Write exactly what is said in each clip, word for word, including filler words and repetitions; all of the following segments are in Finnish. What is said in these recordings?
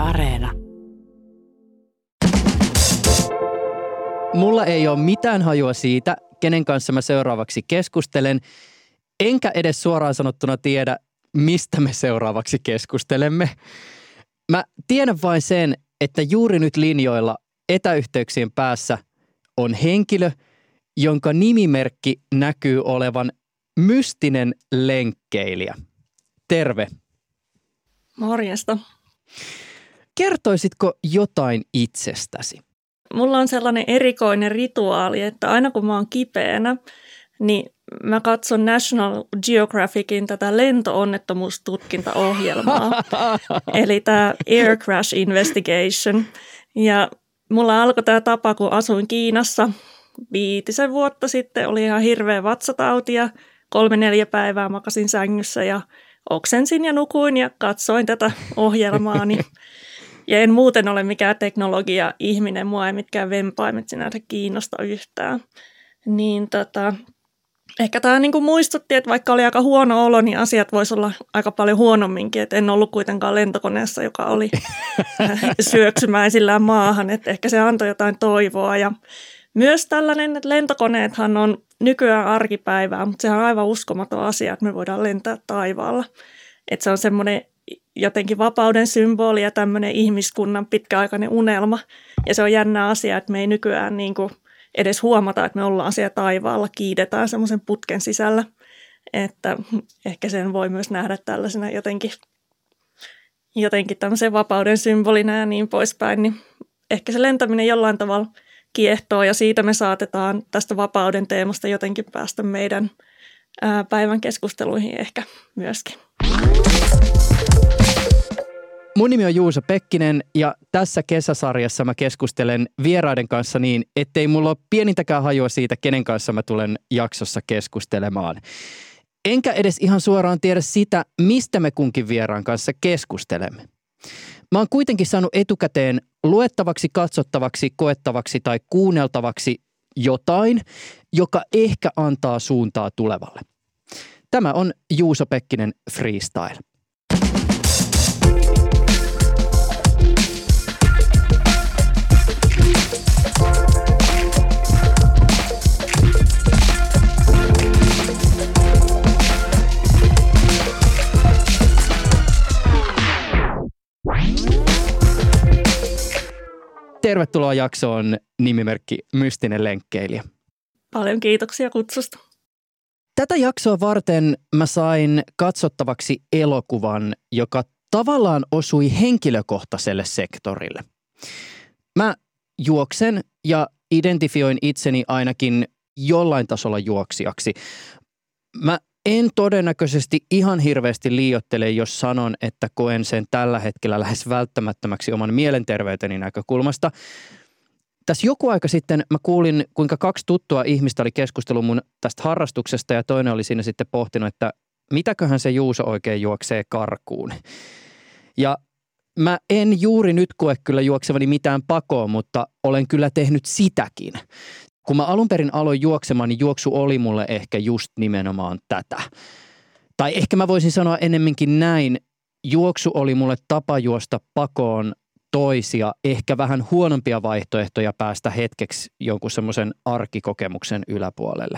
Areena. Mulla ei ole mitään hajua siitä, kenen kanssa mä seuraavaksi keskustelen, enkä edes suoraan sanottuna tiedä, mistä me seuraavaksi keskustelemme. Mä tiedän vain sen, että juuri nyt linjoilla etäyhteyksien päässä on henkilö, jonka nimimerkki näkyy olevan mystinen lenkkeilijä. Terve. Morjesta. Kertoisitko jotain itsestäsi? Mulla on sellainen erikoinen rituaali, että aina kun mä oon kipeänä, niin mä katson National Geographicin tätä lento-onnettomuustutkintaohjelmaa, eli tämä Air Crash Investigation. Ja mulla alkoi tämä tapa, kun asuin Kiinassa viitisen vuotta sitten, oli ihan hirveä vatsatauti ja kolme neljä päivää makasin sängyssä ja oksensin ja nukuin ja katsoin tätä ohjelmaa. Niin, ja en muuten ole mikään teknologia-ihminen, mua ei mitkään vempaimet sinänsä kiinnosta yhtään. Niin tota, ehkä tämä niin kuin muistutti, että vaikka oli aika huono olo, niin asiat voisi olla aika paljon huonomminkin. Että en ollut kuitenkaan lentokoneessa, joka oli syöksymäisillään maahan. Että ehkä se antoi jotain toivoa. Ja myös tällainen, että lentokoneethan on nykyään arkipäivää, mutta sehän on aivan uskomaton asia, että me voidaan lentää taivaalla. Että se on semmoinen jotenkin vapauden symboli ja tämmöinen ihmiskunnan pitkäaikainen unelma. Ja se on jännä asia, että me ei nykyään niin kuin edes huomata, että me ollaan siellä taivaalla, kiidetään semmoisen putken sisällä. Että ehkä sen voi myös nähdä tällaisena jotenkin, jotenkin tämmöisen vapauden symbolina ja niin poispäin. Niin ehkä se lentäminen jollain tavalla kiehtoo ja siitä me saatetaan tästä vapauden teemasta jotenkin päästä meidän ää, päivän keskusteluihin ehkä myöskin. Mun nimi on Juuso Pekkinen ja tässä kesäsarjassa mä keskustelen vieraiden kanssa niin, ettei mulla ole pienintäkään hajua siitä, kenen kanssa mä tulen jaksossa keskustelemaan. Enkä edes ihan suoraan tiedä sitä, mistä me kunkin vieraan kanssa keskustelemme. Mä oon kuitenkin saanut etukäteen luettavaksi, katsottavaksi, koettavaksi tai kuunneltavaksi jotain, joka ehkä antaa suuntaa tulevalle. Tämä on Juuso Pekkinen Freestyle. Tervetuloa jaksoon, nimimerkki Mystinen lenkkeilijä. Paljon kiitoksia kutsusta. Tätä jaksoa varten mä sain katsottavaksi elokuvan, joka tavallaan osui henkilökohtaiselle sektorille. Mä juoksen ja identifioin itseni ainakin jollain tasolla juoksijaksi. Mä en todennäköisesti ihan hirveästi liioittele, jos sanon, että koen sen tällä hetkellä lähes välttämättömäksi oman mielenterveyteni näkökulmasta. Tässä joku aika sitten mä kuulin, kuinka kaksi tuttua ihmistä oli keskustellut mun tästä harrastuksesta ja toinen oli siinä sitten pohtinut, että mitäköhän se Juuso oikein juoksee karkuun. Ja mä en juuri nyt koe kyllä juoksevani mitään pakoon, mutta olen kyllä tehnyt sitäkin. Kun mä alun perin aloin juoksemaan, niin juoksu oli mulle ehkä just nimenomaan tätä. Tai ehkä mä voisin sanoa ennemminkin näin, juoksu oli mulle tapa juosta pakoon toisia, ehkä vähän huonompia vaihtoehtoja päästä hetkeksi jonkun semmoisen arkikokemuksen yläpuolelle.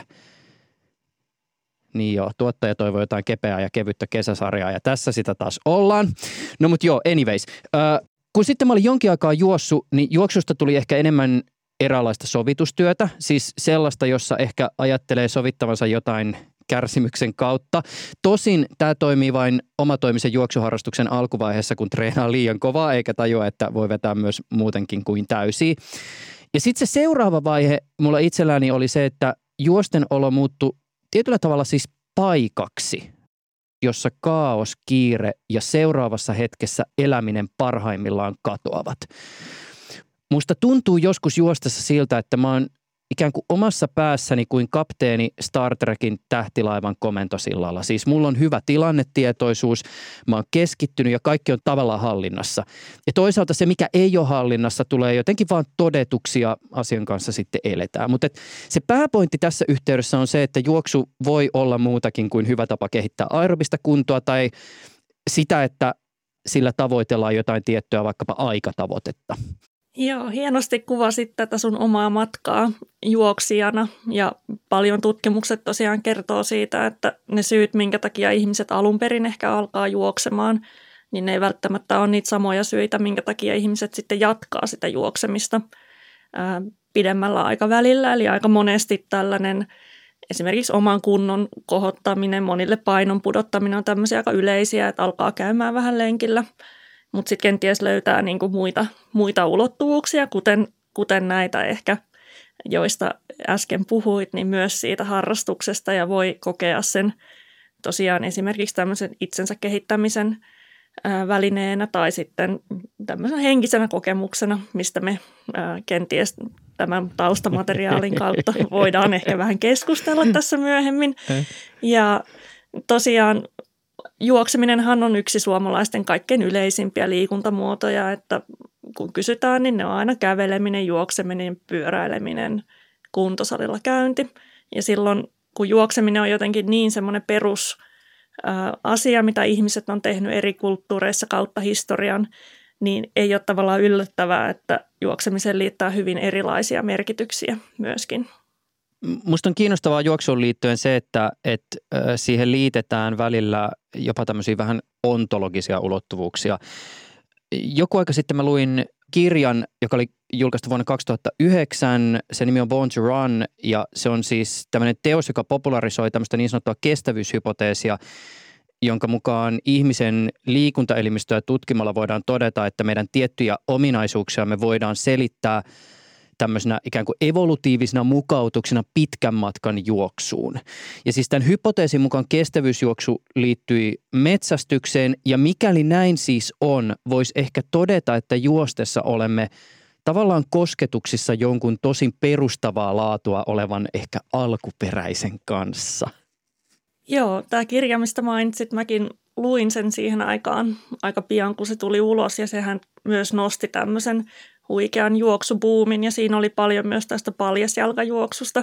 Niin joo, tuottaja toivoi jotain kepeää ja kevyttä kesäsarjaa ja tässä sitä taas ollaan. No mut joo, anyways. Äh, kun sitten mä olin jonkin aikaa juossut, niin juoksusta tuli ehkä enemmän eräänlaista sovitustyötä, siis sellaista, jossa ehkä ajattelee sovittavansa jotain kärsimyksen kautta. Tosin tämä toimii vain omatoimisen juoksuharrastuksen alkuvaiheessa, kun treenaa liian kovaa, eikä tajua, että voi vetää myös muutenkin kuin täysiä. Ja sitten se seuraava vaihe mulla itselläni oli se, että juosten olo muuttui tietyllä tavalla siis paikaksi, jossa kaos, kiire ja seuraavassa hetkessä eläminen parhaimmillaan katoavat. Musta tuntuu joskus juostessa siltä, että mä oon ikään kuin omassa päässäni kuin kapteeni Star Trekin tähtilaivan komentosillalla. Siis mulla on hyvä tilannetietoisuus, mä oon keskittynyt ja kaikki on tavallaan hallinnassa. Ja toisaalta se, mikä ei ole hallinnassa, tulee jotenkin vaan todetuksi ja asian kanssa sitten eletään. Mutta se pääpointti tässä yhteydessä on se, että juoksu voi olla muutakin kuin hyvä tapa kehittää aerobista kuntoa tai sitä, että sillä tavoitellaan jotain tiettyä vaikkapa aikatavoitetta. Joo, hienosti kuvasit tätä sun omaa matkaa juoksijana ja paljon tutkimukset tosiaan kertoo siitä, että ne syyt, minkä takia ihmiset alun perin ehkä alkaa juoksemaan, niin ne ei välttämättä ole niitä samoja syitä, minkä takia ihmiset sitten jatkaa sitä juoksemista ää, pidemmällä aikavälillä. Eli aika monesti tällainen esimerkiksi oman kunnon kohottaminen, monille painon pudottaminen on tämmöisiä aika yleisiä, että alkaa käymään vähän lenkillä. Mutta sitten kenties löytää niinku muita, muita ulottuvuuksia, kuten, kuten näitä ehkä, joista äsken puhuit, niin myös siitä harrastuksesta ja voi kokea sen tosiaan esimerkiksi tämmöisen itsensä kehittämisen ää, välineenä tai sitten tämmöisenä henkisenä kokemuksena, mistä me ää, kenties tämän taustamateriaalin kautta voidaan ehkä vähän keskustella tässä myöhemmin. Ja tosiaan juokseminenhan on yksi suomalaisten kaikkein yleisimpiä liikuntamuotoja, että kun kysytään, niin ne on aina käveleminen, juokseminen, pyöräileminen, kuntosalilla käynti. Ja silloin, kun juokseminen on jotenkin niin semmoinen perusasia, mitä ihmiset on tehnyt eri kulttuureissa kautta historian, niin ei ole tavallaan yllättävää, että juoksemiseen liittää hyvin erilaisia merkityksiä myöskin. Musta on kiinnostavaa juoksuun liittyen se, että, että siihen liitetään välillä jopa tämmöisiä vähän ontologisia ulottuvuuksia. Joku aika sitten mä luin kirjan, joka oli julkaistu vuonna kaksituhattayhdeksän. Se nimi on Born to Run ja se on siis tämmöinen teos, joka popularisoi tämmöistä niin sanottua kestävyyshypoteesia, jonka mukaan ihmisen liikuntaelimistöä tutkimalla voidaan todeta, että meidän tiettyjä ominaisuuksia me voidaan selittää tämmöisenä ikään kuin evolutiivisena mukautuksena pitkän matkan juoksuun. Ja siis tämän hypoteesin mukaan kestävyysjuoksu liittyi metsästykseen, ja mikäli näin siis on, voisi ehkä todeta, että juostessa olemme tavallaan kosketuksissa jonkun tosin perustavaa laatua olevan ehkä alkuperäisen kanssa. Joo, tämä kirja, mistä mainitsit, mäkin luin sen siihen aikaan aika pian, kun se tuli ulos, ja sehän myös nosti tämmöisen huikean juoksubuumin, ja siinä oli paljon myös tästä paljasjalkajuoksusta.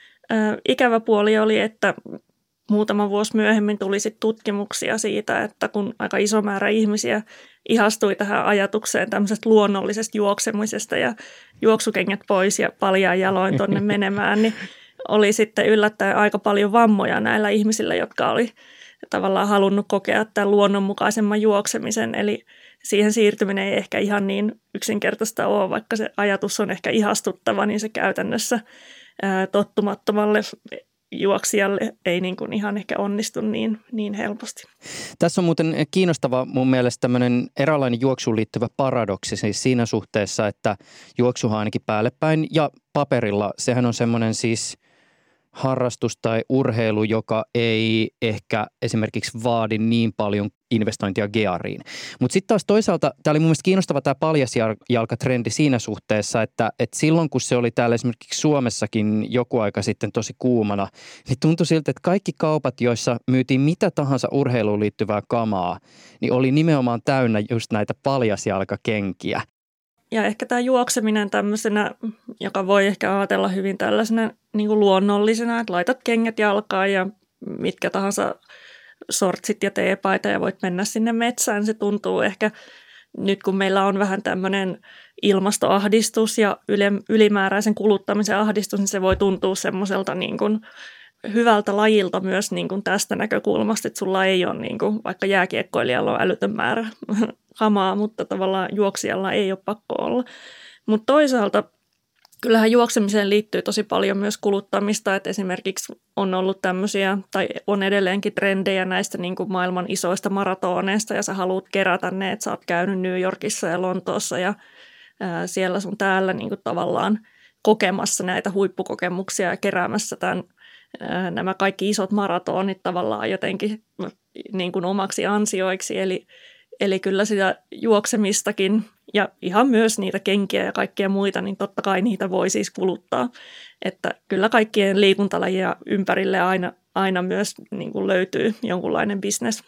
Ö, ikävä puoli oli, että muutama vuosi myöhemmin tuli sit tutkimuksia siitä, että kun aika iso määrä ihmisiä ihastui tähän ajatukseen tämmöisestä luonnollisesta juoksemisesta ja juoksukengät pois ja paljaan jaloin tonne menemään, niin oli sitten yllättäen aika paljon vammoja näillä ihmisillä, jotka oli tavallaan halunnut kokea tämän luonnonmukaisemman juoksemisen. Eli siihen siirtyminen ei ehkä ihan niin yksinkertaista ole, vaikka se ajatus on ehkä ihastuttava, niin se käytännössä ää, tottumattomalle juoksijalle ei niin kuin ihan ehkä onnistu niin, niin helposti. Tässä on muuten kiinnostava mun mielestä tämmöinen eräänlainen juoksuun liittyvä paradoksi siis siinä suhteessa, että juoksuhan ainakin päälle päin ja paperilla sehän on semmoinen siis harrastus tai urheilu, joka ei ehkä esimerkiksi vaadi niin paljon investointia geariin. Mutta sitten taas toisaalta, tämä oli mun mielestä kiinnostava tämä paljasjalkatrendi siinä suhteessa, että, että silloin kun se oli täällä esimerkiksi Suomessakin joku aika sitten tosi kuumana, niin tuntui siltä, että kaikki kaupat, joissa myytiin mitä tahansa urheiluun liittyvää kamaa, niin oli nimenomaan täynnä just näitä paljasjalkakenkiä. Ja ehkä tämä juokseminen tämmöisenä, joka voi ehkä ajatella hyvin tällaisena niin kuin luonnollisena, että laitat kengät jalkaan ja mitkä tahansa sortsit ja teepaita ja voit mennä sinne metsään. Se tuntuu ehkä nyt, kun meillä on vähän tämmöinen ilmastoahdistus ja ylimääräisen kuluttamisen ahdistus, niin se voi tuntua semmoiselta niin kuin hyvältä lajilta myös niin kuin tästä näkökulmasta, että sulla ei ole niin kuin, vaikka jääkiekkoilijalla on älytön määrä hamaa, mutta tavallaan juoksijalla ei ole pakko olla. Mutta toisaalta kyllähän juoksemiseen liittyy tosi paljon myös kuluttamista, että esimerkiksi on ollut tämmöisiä, tai on edelleenkin trendejä näistä niin kuin maailman isoista maratoneista, ja sä haluat kerätä ne, että sä oot käynyt New Yorkissa ja Lontoossa, ja ää, siellä sun täällä niin kuin tavallaan kokemassa näitä huippukokemuksia ja keräämässä tämän, ää, nämä kaikki isot maratonit tavallaan jotenkin niin kuin omaksi ansioiksi, eli Eli kyllä sitä juoksemistakin ja ihan myös niitä kenkiä ja kaikkia muita, niin totta kai niitä voi siis kuluttaa. Että kyllä kaikkien liikuntalajia ympärille aina, aina myös niin kuin löytyy jonkunlainen bisnes.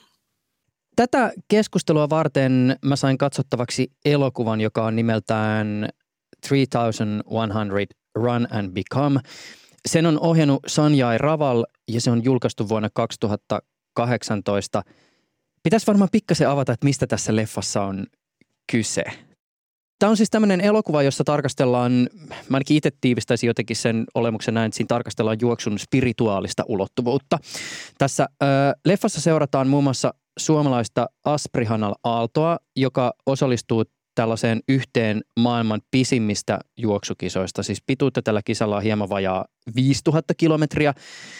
Tätä keskustelua varten mä sain katsottavaksi elokuvan, joka on nimeltään three thousand one hundred Run and Become. Sen on ohjannut Sanjay Raval ja se on julkaistu vuonna kaksituhattakahdeksantoista. Pitäisi varmaan pikkasen avata, että mistä tässä leffassa on kyse. Tämä on siis tämmöinen elokuva, jossa tarkastellaan, mä ainakin itse tiivistäisin jotenkin sen olemuksen näin, että siinä tarkastellaan juoksun spirituaalista ulottuvuutta. Tässä ö, leffassa seurataan muun muassa suomalaista Asprihanal Aaltoa, joka osallistuu tällaiseen yhteen maailman pisimmistä juoksukisoista. Siis pituutta tällä kisalla on hieman vajaa viisituhatta kilometriä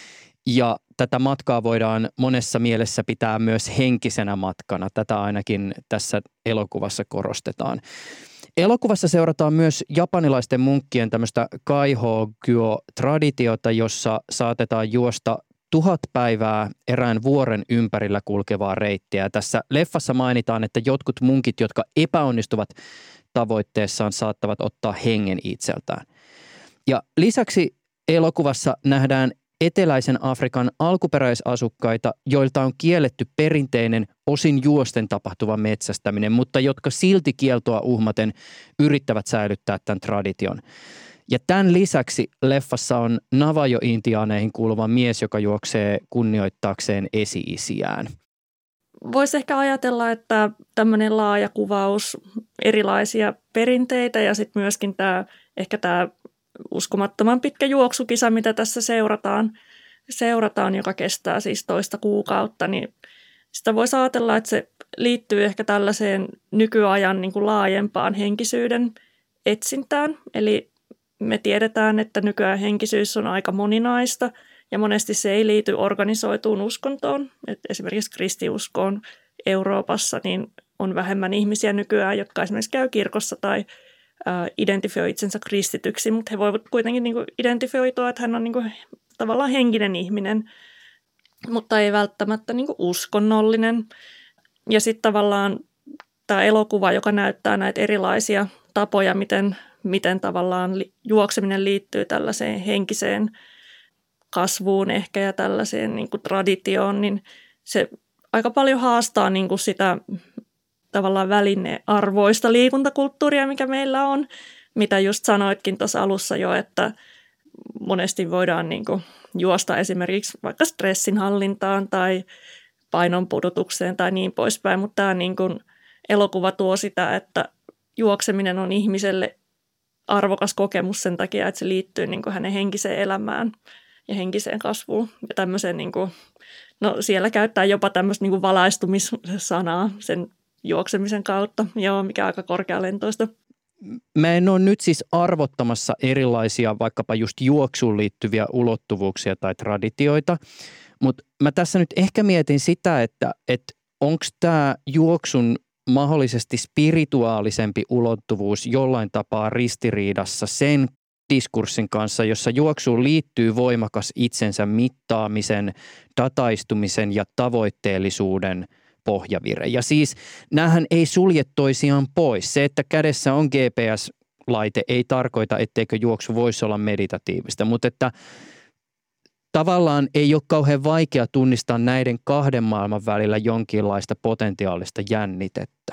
ja tätä matkaa voidaan monessa mielessä pitää myös henkisenä matkana. Tätä ainakin tässä elokuvassa korostetaan. Elokuvassa seurataan myös japanilaisten munkkien tämmöistä Kaiho-gyo-traditiota, jossa saatetaan juosta tuhat päivää erään vuoren ympärillä kulkevaa reittiä. Tässä leffassa mainitaan, että jotkut munkit, jotka epäonnistuvat tavoitteessaan, saattavat ottaa hengen itseltään. Ja lisäksi elokuvassa nähdään eteläisen Afrikan alkuperäisasukkaita, joilta on kielletty perinteinen osin juosten tapahtuva metsästäminen, mutta jotka silti kieltoa uhmaten yrittävät säilyttää tämän tradition. Ja tämän lisäksi leffassa on Navajo-intiaaneihin kuuluva mies, joka juoksee kunnioittaakseen esi-isiään. Voisi ehkä ajatella, että tämmöinen laaja kuvaus, erilaisia perinteitä ja sitten myöskin tämä, ehkä tämä uskomattoman pitkä juoksukisa, mitä tässä seurataan, seurataan, joka kestää siis toista kuukautta, niin sitä voisi ajatella, että se liittyy ehkä tällaiseen nykyajan niin kuin laajempaan henkisyyden etsintään. Eli me tiedetään, että nykyään henkisyys on aika moninaista ja monesti se ei liity organisoituun uskontoon. Et esimerkiksi kristiuskoon Euroopassa niin on vähemmän ihmisiä nykyään, jotka esimerkiksi käy kirkossa tai identifioi itsensä kristityksi, mutta he voivat kuitenkin niin kuin identifioitua, että hän on niin kuin tavallaan henkinen ihminen, mutta ei välttämättä niin kuin uskonnollinen. Ja sitten tavallaan tämä elokuva, joka näyttää näitä erilaisia tapoja, miten, miten tavallaan juokseminen liittyy tällaiseen henkiseen kasvuun ehkä ja tällaiseen niin kuin traditioon, niin se aika paljon haastaa niin kuin sitä tavallaan välinearvoista liikuntakulttuuria, mikä meillä on, mitä just sanoitkin tuossa alussa jo, että monesti voidaan niin kuin juosta esimerkiksi vaikka stressinhallintaan tai painon pudotukseen tai niin poispäin, mutta tämä niin kuin elokuva tuo sitä, että juokseminen on ihmiselle arvokas kokemus sen takia, että se liittyy niin kuin hänen henkiseen elämään ja henkiseen kasvuun ja tämmöiseen, niin kuin, no siellä käyttää jopa tämmöistä niin kuin valaistumissanaa sen juoksemisen kautta, joo, mikä on aika korkealentoista. Mä en ole nyt siis arvottamassa erilaisia vaikkapa just juoksuun liittyviä ulottuvuuksia tai traditioita, mutta mä tässä nyt ehkä mietin sitä, että, että onko tämä juoksun mahdollisesti spirituaalisempi ulottuvuus jollain tapaa ristiriidassa sen diskurssin kanssa, jossa juoksuun liittyy voimakas itsensä mittaamisen, dataistumisen ja tavoitteellisuuden pohjavire. Ja siis näähän ei sulje toisiaan pois. Se, että kädessä on G P S-laite, ei tarkoita, etteikö juoksu voisi olla meditatiivista, mutta että tavallaan ei ole kauhean vaikea tunnistaa näiden kahden maailman välillä jonkinlaista potentiaalista jännitettä.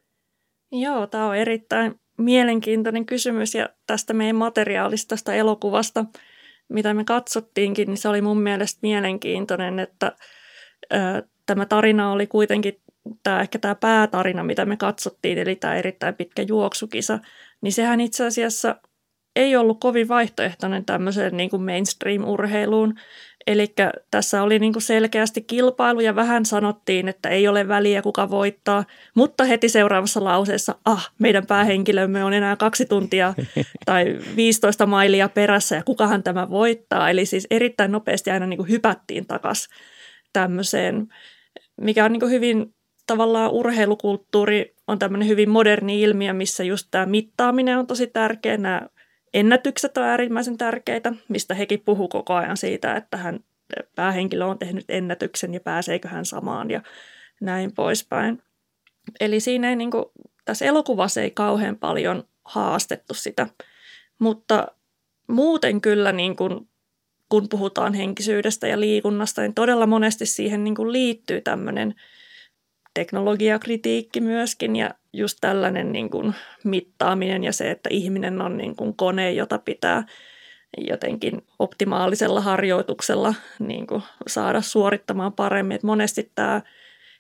Joo, tämä on erittäin mielenkiintoinen kysymys ja tästä meidän materiaalista, tästä elokuvasta, mitä me katsottiinkin, niin se oli mun mielestä mielenkiintoinen, että ö, tämä tarina oli kuitenkin tämä, ehkä tämä päätarina, mitä me katsottiin, eli tämä erittäin pitkä juoksukisa, niin sehän itse asiassa ei ollut kovin vaihtoehtoinen tämmöiseen niin kuin mainstream-urheiluun. Eli tässä oli niin kuin selkeästi kilpailu ja vähän sanottiin, että ei ole väliä kuka voittaa, mutta heti seuraavassa lauseessa, ah, meidän päähenkilömme on enää kaksi tuntia tai viisitoista mailia perässä ja kukahan tämä voittaa. Eli siis erittäin nopeasti aina niin kuin hypättiin takaisin tämmöiseen, mikä on niin kuin hyvin tavallaan urheilukulttuuri on tämmöinen hyvin moderni ilmiö, missä just tämä mittaaminen on tosi tärkeä. Nämä ennätykset on äärimmäisen tärkeitä, mistä hekin puhuu koko ajan siitä, että hän, päähenkilö on tehnyt ennätyksen ja pääseekö hän samaan ja näin poispäin. Eli siinä ei, niin kuin, tässä elokuvassa ei kauhean paljon haastettu sitä, mutta muuten kyllä niin kuin, kun puhutaan henkisyydestä ja liikunnasta, niin todella monesti siihen niin kuin liittyy tämmöinen teknologiakritiikki myöskin ja just tällainen niin kuin mittaaminen ja se, että ihminen on niin kuin kone, jota pitää jotenkin optimaalisella harjoituksella niin kuin saada suorittamaan paremmin. Et monesti tämä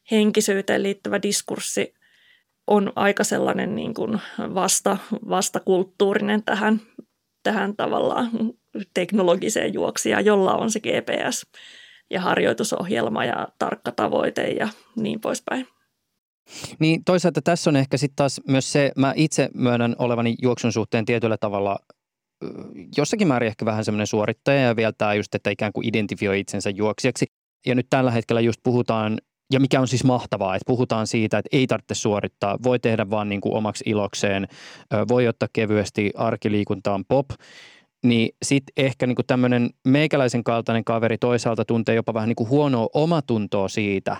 henkisyyteen liittyvä diskurssi on aika sellainen niin kuin vasta, vastakulttuurinen tähän, tähän tavallaan teknologiseen juoksijaan, jolla on se G P S ja harjoitusohjelma ja tarkka tavoite ja niin poispäin. Niin toisaalta tässä on ehkä sitten taas myös se, mä itse myönnän olevani juoksun suhteen tietyllä tavalla jossakin määrin ehkä vähän semmoinen suorittaja ja vielä tämä just, että ikään kuin identifioi itsensä juoksijaksi. Ja nyt tällä hetkellä just puhutaan, ja mikä on siis mahtavaa, että puhutaan siitä, että ei tarvitse suorittaa, voi tehdä vaan niin kuin omaksi ilokseen, voi ottaa kevyesti, arkiliikuntaan pop. Niin sitten ehkä niin kuin tämmöinen meikäläisen kaltainen kaveri toisaalta tuntee jopa vähän niin kuin huonoa omatuntoa siitä,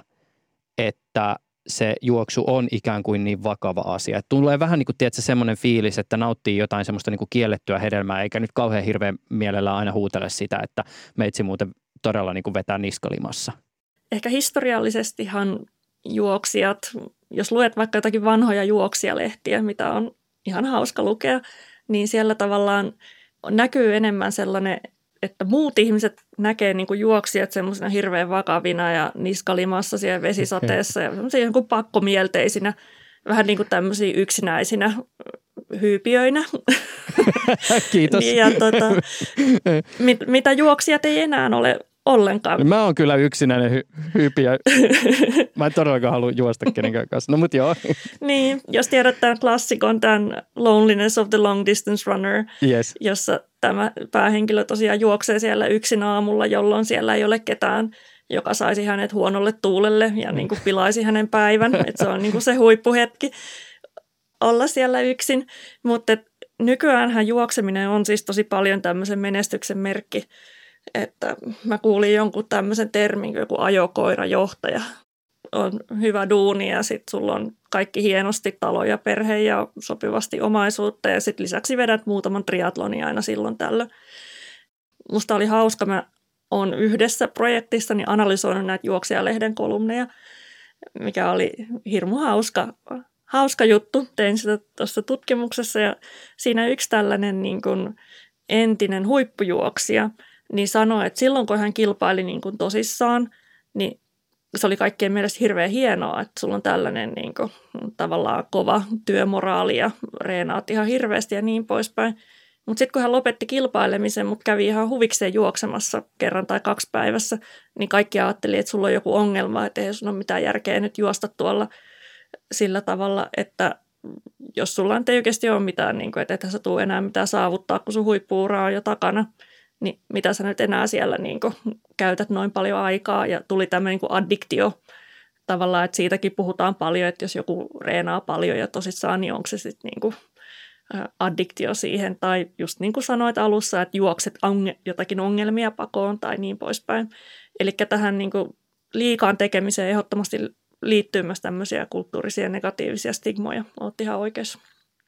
että se juoksu on ikään kuin niin vakava asia. Et tulee vähän niin kuin, tiedätkö, semmoinen fiilis, että nauttii jotain semmoista niin kuin kiellettyä hedelmää, eikä nyt kauhean hirveän mielellä aina huutele sitä, että meitsi muuten todella niin kuin vetää niskalimassa. Ehkä historiallisestihan juoksijat, jos luet vaikka jotakin vanhoja juoksijalehtiä, mitä on ihan hauska lukea, niin siellä tavallaan näkyy enemmän sellainen, että muut ihmiset näkee niin kuin juoksijat semmoisena hirveän vakavina ja niskalimassa siellä vesisateessa ja semmoisia niin pakkomielteisinä, vähän niin kuin tämmöisiä yksinäisinä hyypiöinä. Kiitos. ja tota, mit, mitä juoksijat ei enää ole ollenkaan. Mä oon kyllä yksinäinen hy- hyypiö. Mä en todellakaan halua juosta kenenkään kanssa. No mut joo. Niin, jos tiedät tämän klassikon, tämän Loneliness of the Long Distance Runner, yes. jossa tämä päähenkilö tosiaan juoksee siellä yksin aamulla, jolloin siellä ei ole ketään, joka saisi hänet huonolle tuulelle ja niin kuin pilaisi hänen päivän. Että se on niin kuin se huippuhetki olla siellä yksin. Mutta nykyäänhän juokseminen on siis tosi paljon tämmöisen menestyksen merkki. Että mä kuulin jonkun tämmöisen termin kuin joku ajokoirajohtaja. On hyvä duuni ja sitten sulla on kaikki hienosti, talo ja perhe ja sopivasti omaisuutta ja sitten lisäksi vedät muutaman triatlonin aina silloin tällöin. Musta oli hauska, mä oon yhdessä projektissani analysoinut näitä Juoksijalehden kolumneja, mikä oli hirmu hauska, hauska juttu. Tein sitä tuossa tutkimuksessa ja siinä yksi tällainen niin kuin entinen huippujuoksija niin sanoi, että silloin kun hän kilpaili niin kuin tosissaan, niin se oli kaikkien mielestä hirveän hienoa, että sulla on tällainen niin kuin, tavallaan kova työmoraali ja reenaat ihan hirveästi ja niin poispäin. Mutta sitten kun hän lopetti kilpailemisen, mutta kävi ihan huvikseen juoksemassa kerran tai kaksi päivässä, niin kaikki ajatteli, että sulla on joku ongelma, että ei sun ole mitään järkeä nyt juosta tuolla sillä tavalla, että jos sulla ei oikeasti ole mitään, niin kuin, että ethän sä tule enää mitään saavuttaa, kun sun huippu-ura on jo takana, niin mitä sä nyt enää siellä niin kuin käytät noin paljon aikaa ja tuli tämmöinen niin kuin addiktio tavallaan, että siitäkin puhutaan paljon, että jos joku reenaa paljon ja tosissaan, niin onko se sitten niin kuin addiktio siihen tai just niin kuin sanoit alussa, että juokset jotakin ongelmia pakoon tai niin poispäin. Eli tähän niin kuin liikaan tekemiseen ehdottomasti liittyy myös tämmöisiä kulttuurisia negatiivisia stigmoja. Olet ihan oikeassa.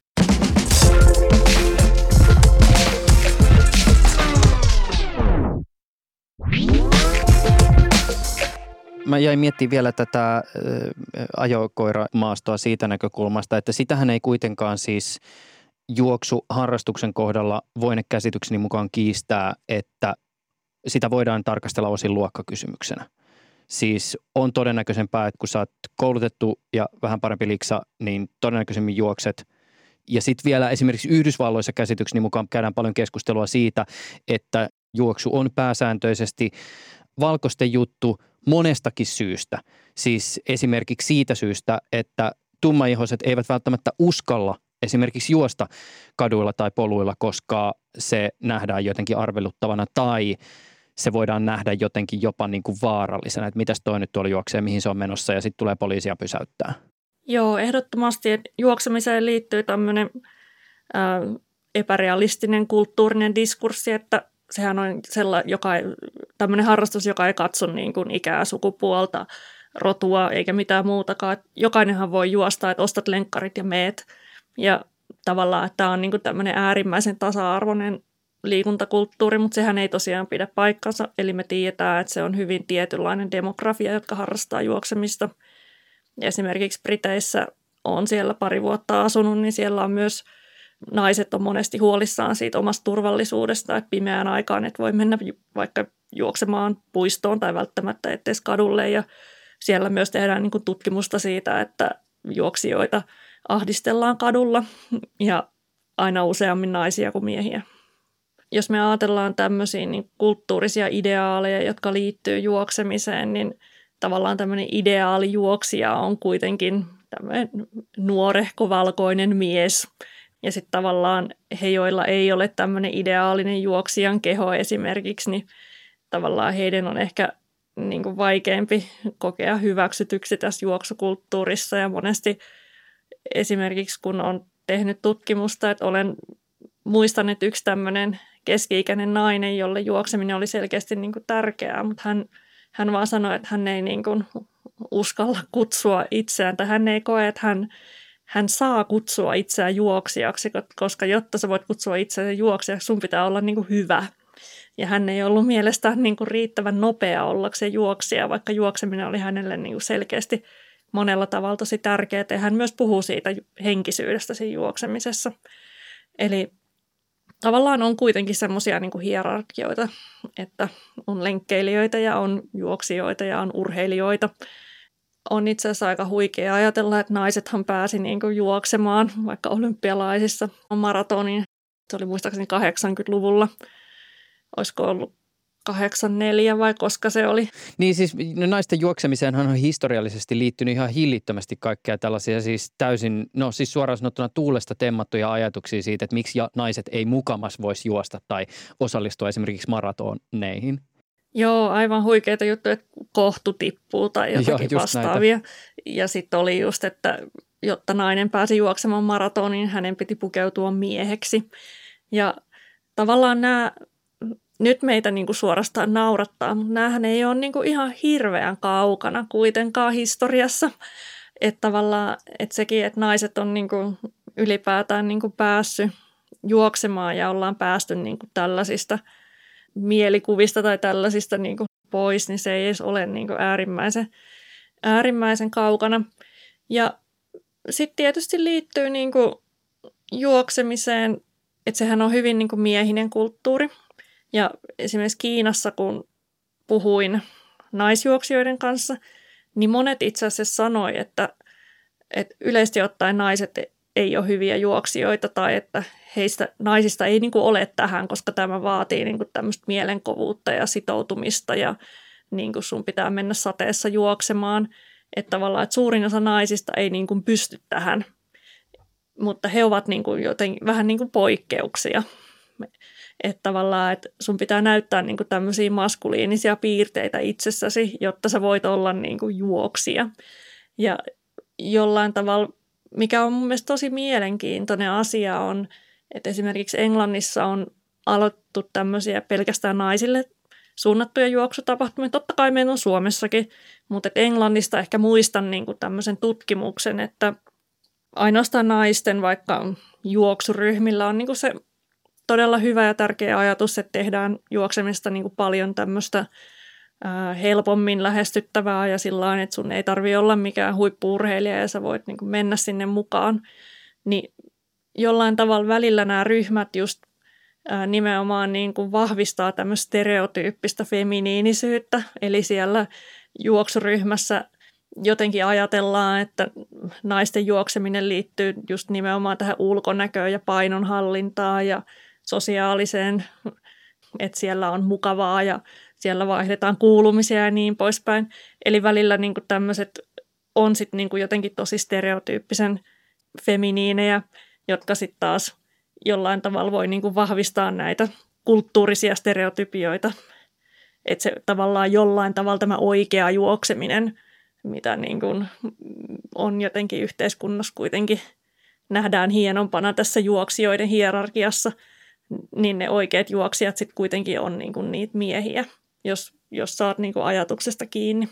Mä jäin miettimään vielä tätä ajokoiramaastoa siitä näkökulmasta, että sitähän ei kuitenkaan siis juoksuharrastuksen kohdalla voine käsitykseni mukaan kiistää, että sitä voidaan tarkastella osin luokkakysymyksenä. Siis on todennäköisempää, että kun sä oot koulutettu ja vähän parempi liksa, niin todennäköisemmin juokset. Ja sitten vielä esimerkiksi Yhdysvalloissa käsitykseni mukaan käydään paljon keskustelua siitä, että juoksu on pääsääntöisesti valkoisten juttu monestakin syystä. Siis esimerkiksi siitä syystä, että tummaihoiset eivät välttämättä uskalla esimerkiksi juosta kaduilla tai poluilla, koska se nähdään jotenkin arveluttavana tai se voidaan nähdä jotenkin jopa niin kuin vaarallisena, että mitäs toi nyt tuolla juoksee, mihin se on menossa ja sitten tulee poliisia pysäyttää. Joo, ehdottomasti, että juoksemiseen liittyy tämmöinen ää, epärealistinen kulttuurinen diskurssi, että sehän on sella, joka, tämmöinen harrastus, joka ei katso niin kuin ikää, sukupuolta, rotua eikä mitään muutakaan. Että jokainenhan voi juosta, että ostat lenkkarit ja meet. Ja tavallaan, että tämä on niin kuin tämmöinen äärimmäisen tasa-arvoinen liikuntakulttuuri, mutta sehän ei tosiaan pidä paikkansa. Eli me tiedetään, että se on hyvin tietynlainen demografia, jotka harrastaa juoksemista. Esimerkiksi Briteissä on siellä pari vuotta asunut, niin siellä on myös naiset on monesti huolissaan siitä omasta turvallisuudesta, että pimeään aikaan et voi mennä vaikka juoksemaan puistoon tai välttämättä edes kadulle. Ja siellä myös tehdään niin kuin tutkimusta siitä, että juoksijoita ahdistellaan kadulla ja aina useammin naisia kuin miehiä. Jos me ajatellaan tämmöisiä niin kulttuurisia ideaaleja, jotka liittyy juoksemiseen, niin tavallaan tämmöinen ideaalijuoksija on kuitenkin tämmöinen nuorehko valkoinen mies. Ja sitten tavallaan he, joilla ei ole tämmöinen ideaalinen juoksijan keho esimerkiksi, niin tavallaan heidän on ehkä niin kuin vaikeampi kokea hyväksytyksi tässä juoksukulttuurissa. Ja monesti esimerkiksi kun on tehnyt tutkimusta, että olen muistan, että yksi tämmöinen keski-ikäinen nainen, jolle juokseminen oli selkeästi niin kuin tärkeää, mutta hän, hän vaan sanoi, että hän ei niin kuin uskalla kutsua itseään, tai hän ei koe, että hän, hän saa kutsua itseään juoksijaksi, koska jotta sä voit kutsua itseään juoksijaksi, sun pitää olla niin kuin hyvä. Ja hän ei ollut mielestään niin kuin riittävän nopea ollakseen juoksija, vaikka juokseminen oli hänelle niin kuin selkeästi monella tavalla tosi tärkeää. Ja hän myös puhuu siitä henkisyydestä siinä juoksemisessa. Eli tavallaan on kuitenkin semmoisia niin kuin hierarkioita, että on lenkkeilijöitä ja on juoksijoita ja on urheilijoita. On itse asiassa aika huikea ajatella, että naisethan pääsi niin kuin juoksemaan vaikka olympialaisissa maratonin. Se oli muistaakseni kahdeksankymmentäluvulla. Olisiko ollut kahdeksankymmentäneljä vai koska se oli? Niin siis no naisten juoksemiseenhan on historiallisesti liittynyt ihan hillittömästi kaikkea tällaisia siis täysin, no siis suoraan sanottuna tuulesta temmattuja ajatuksia siitä, että miksi naiset ei mukamas voisi juosta tai osallistua esimerkiksi maratoneihin. Joo, aivan huikeita juttuja, että kohtu tippuu tai jotakin Joo, vastaavia. Näitä. Ja sitten oli just, että jotta nainen pääsi juoksemaan maratonin, hänen piti pukeutua mieheksi. Ja tavallaan nämä nyt meitä niin kuin suorastaan naurattaa, mutta näähän ei ole niin kuin ihan hirveän kaukana kuitenkaan historiassa. Että tavallaan että sekin, että naiset on niin kuin ylipäätään niin kuin päässyt juoksemaan ja ollaan päästy niin kuin tällaisista mielikuvista tai tällaisista niin kuin pois, niin se ei edes ole niin kuin äärimmäisen, äärimmäisen kaukana. Ja sitten tietysti liittyy niin kuin juoksemiseen, että sehän on hyvin niin kuin miehinen kulttuuri. Ja esimerkiksi Kiinassa, kun puhuin naisjuoksijoiden kanssa, niin monet itse asiassa sanoi, että, että yleisesti ottaen naiset ei ole hyviä juoksijoita tai että heistä naisista ei niin kuin ole tähän, koska tämä vaatii niin kuin tämmöistä mielenkovuutta ja sitoutumista ja niin kuin sun pitää mennä sateessa juoksemaan. Että tavallaan että suurin osa naisista ei niin kuin pysty tähän, mutta he ovat niin kuin joten, vähän niin kuin poikkeuksia. Että tavallaan, että sun pitää näyttää niin kuin tämmöisiä maskuliinisia piirteitä itsessäsi, jotta sä voit olla niin kuin juoksija. Ja jollain tavalla, mikä on mun mielestä tosi mielenkiintoinen asia on, että esimerkiksi Englannissa on aloittu tämmöisiä pelkästään naisille suunnattuja juoksutapahtumia. Totta kai meillä on Suomessakin, mutta Englannista ehkä muistan niin kuin tämmöisen tutkimuksen, että ainoastaan naisten vaikka juoksuryhmillä on niin kuin se todella hyvä ja tärkeä ajatus, että tehdään juoksemista niin kuin paljon tämmöistä ää, helpommin lähestyttävää ja sillain, että sun ei tarvitse olla mikään huippu-urheilija ja sä voit niin kuin mennä sinne mukaan. Niin jollain tavalla välillä nämä ryhmät just ää, nimenomaan niin kuin vahvistaa tämmöistä stereotyyppistä feminiinisyyttä. Eli siellä juoksuryhmässä jotenkin ajatellaan, että naisten juokseminen liittyy just nimenomaan tähän ulkonäköön ja painonhallintaan ja sosiaaliseen, että siellä on mukavaa ja siellä vaihdetaan kuulumisia ja niin poispäin. Eli välillä niin kuin tämmöiset on sitten niin kuin jotenkin tosi stereotyyppisen feminiinejä, jotka sitten taas jollain tavalla voi niin kuin vahvistaa näitä kulttuurisia stereotypioita. Että se tavallaan jollain tavalla tämä oikea juokseminen, mitä niin kuin on jotenkin yhteiskunnassa kuitenkin nähdään hienompana tässä juoksijoiden hierarkiassa, niin ne oikeat juoksijat sitten kuitenkin on niin kuin niitä miehiä, jos, jos saat niin kuin ajatuksesta kiinni.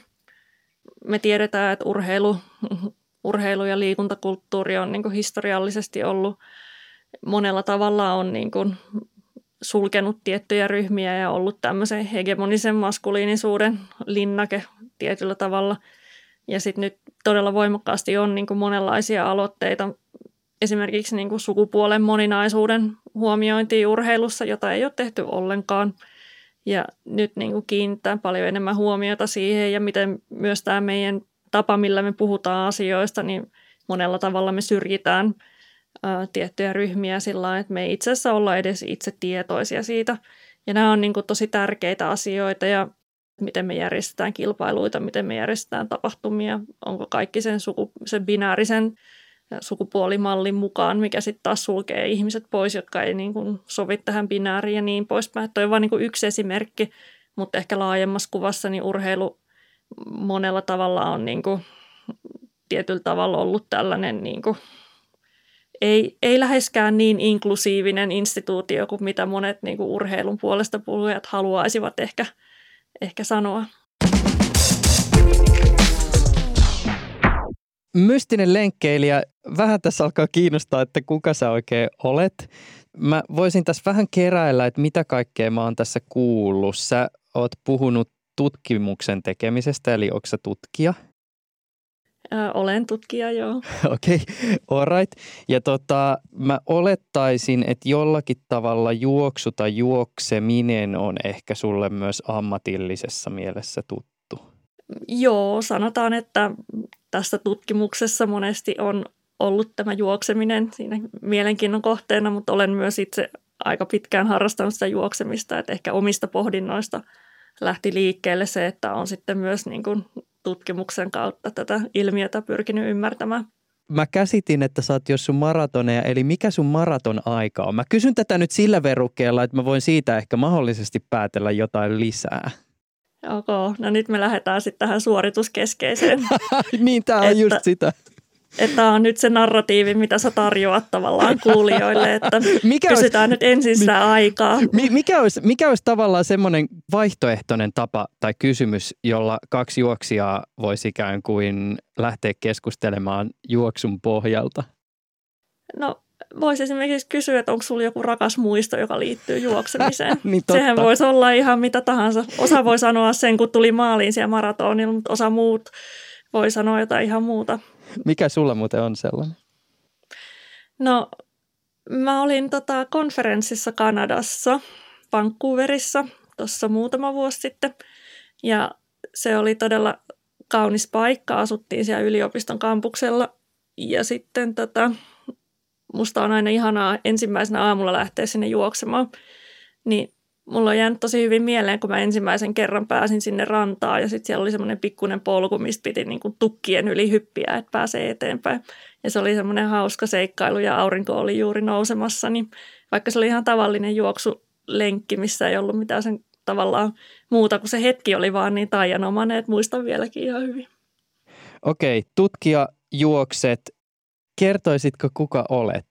Me tiedetään, että urheilu, urheilu- ja liikuntakulttuuri on niin kuin historiallisesti ollut monella tavalla on niin kuin sulkenut tiettyjä ryhmiä ja ollut tämmöisen hegemonisen maskuliinisuuden linnake tietyllä tavalla. Ja sitten nyt todella voimakkaasti on niin kuin monenlaisia aloitteita, esimerkiksi niin kuin sukupuolen moninaisuuden huomiointia urheilussa, jota ei ole tehty ollenkaan. Ja nyt niin kuin kiinnittää paljon enemmän huomiota siihen ja miten myös tämä meidän tapa, millä me puhutaan asioista, niin monella tavalla me syrjitään ää, tiettyjä ryhmiä sillä lailla, että me ei itse asiassa olla edes itse tietoisia siitä. Ja nämä on niin kuin tosi tärkeitä asioita ja miten me järjestetään kilpailuita, miten me järjestetään tapahtumia, onko kaikki sen, suku, sen binäärisen sukupuolimallin mukaan, mikä sitten taas sulkee ihmiset pois, jotka ei niin kuin sovi tähän binääriin ja niin poispäin. Tuo on vain niin kuin yksi esimerkki, mutta ehkä laajemmassa kuvassa niin urheilu monella tavalla on niin kuin tietyllä tavalla ollut tällainen niin kuin ei, ei läheskään niin inklusiivinen instituutio kuin mitä monet niin kuin urheilun puolesta puhujat haluaisivat ehkä, ehkä sanoa. Mystinen lenkkeilijä. Vähän tässä alkaa kiinnostaa, että kuka sä oikein olet. Mä voisin tässä vähän keräillä, että mitä kaikkea mä oon tässä kuullut. Sä oot puhunut tutkimuksen tekemisestä, eli onko sä tutkija? Ää, olen tutkija, joo. Okei, okay, all right. Ja tota, mä olettaisin, että jollakin tavalla juoksu tai juokseminen on ehkä sulle myös ammatillisessa mielessä tuttu. Joo, sanotaan, että tässä tutkimuksessa monesti on ollut tämä juokseminen siinä mielenkiinnon kohteena, mutta olen myös itse aika pitkään harrastanut sitä juoksemista, että ehkä omista pohdinnoista lähti liikkeelle se, että on sitten myös niin kuin tutkimuksen kautta tätä ilmiötä pyrkinyt ymmärtämään. Mä käsitin, että sä oot jos sun maratoneja, eli mikä sun maraton aika on? Mä kysyn tätä nyt sillä verukkeella, että mä voin siitä ehkä mahdollisesti päätellä jotain lisää. Okay. No nyt me lähdetään sitten tähän suorituskeskeiseen. Niin, tää on että, just sitä. Että on nyt se narratiivi, mitä sä tarjoat tavallaan kuulijoille, että mikä kysytään olisi, nyt ensin sitä mi, aikaa. Mikä olisi, mikä olisi tavallaan semmoinen vaihtoehtoinen tapa tai kysymys, jolla kaksi juoksijaa voisi ikään kuin lähteä keskustelemaan juoksun pohjalta? No voisi esimerkiksi kysyä, että onko sulla joku rakas muisto, joka liittyy juoksemiseen. Niin sehän voisi olla ihan mitä tahansa. Osa voi sanoa sen, kun tuli maaliin siellä maratonilla, mutta osa muut voi sanoa jotain ihan muuta. Mikä sulla muuten on sellainen? No mä olin tota konferenssissa Kanadassa, Vancouverissa, tuossa muutama vuosi sitten. Ja se oli todella kaunis paikka. Asuttiin siellä yliopiston kampuksella. Ja sitten tota, musta on aina ihanaa ensimmäisenä aamulla lähteä sinne juoksemaan. Niin mulla on jäänyt tosi hyvin mieleen, kun mä ensimmäisen kerran pääsin sinne rantaan ja sitten siellä oli semmoinen pikkuinen polku, mistä piti niin kuin tukkien yli hyppiä, että pääsee eteenpäin. Ja se oli semmoinen hauska seikkailu ja aurinko oli juuri nousemassa, niin vaikka se oli ihan tavallinen juoksulenkki, missä ei ollut mitään sen tavallaan muuta, kuin se hetki oli vaan niin taianomainen, että muistan vieläkin ihan hyvin. Okei, tutkija, juokset. Kertoisitko, kuka olet?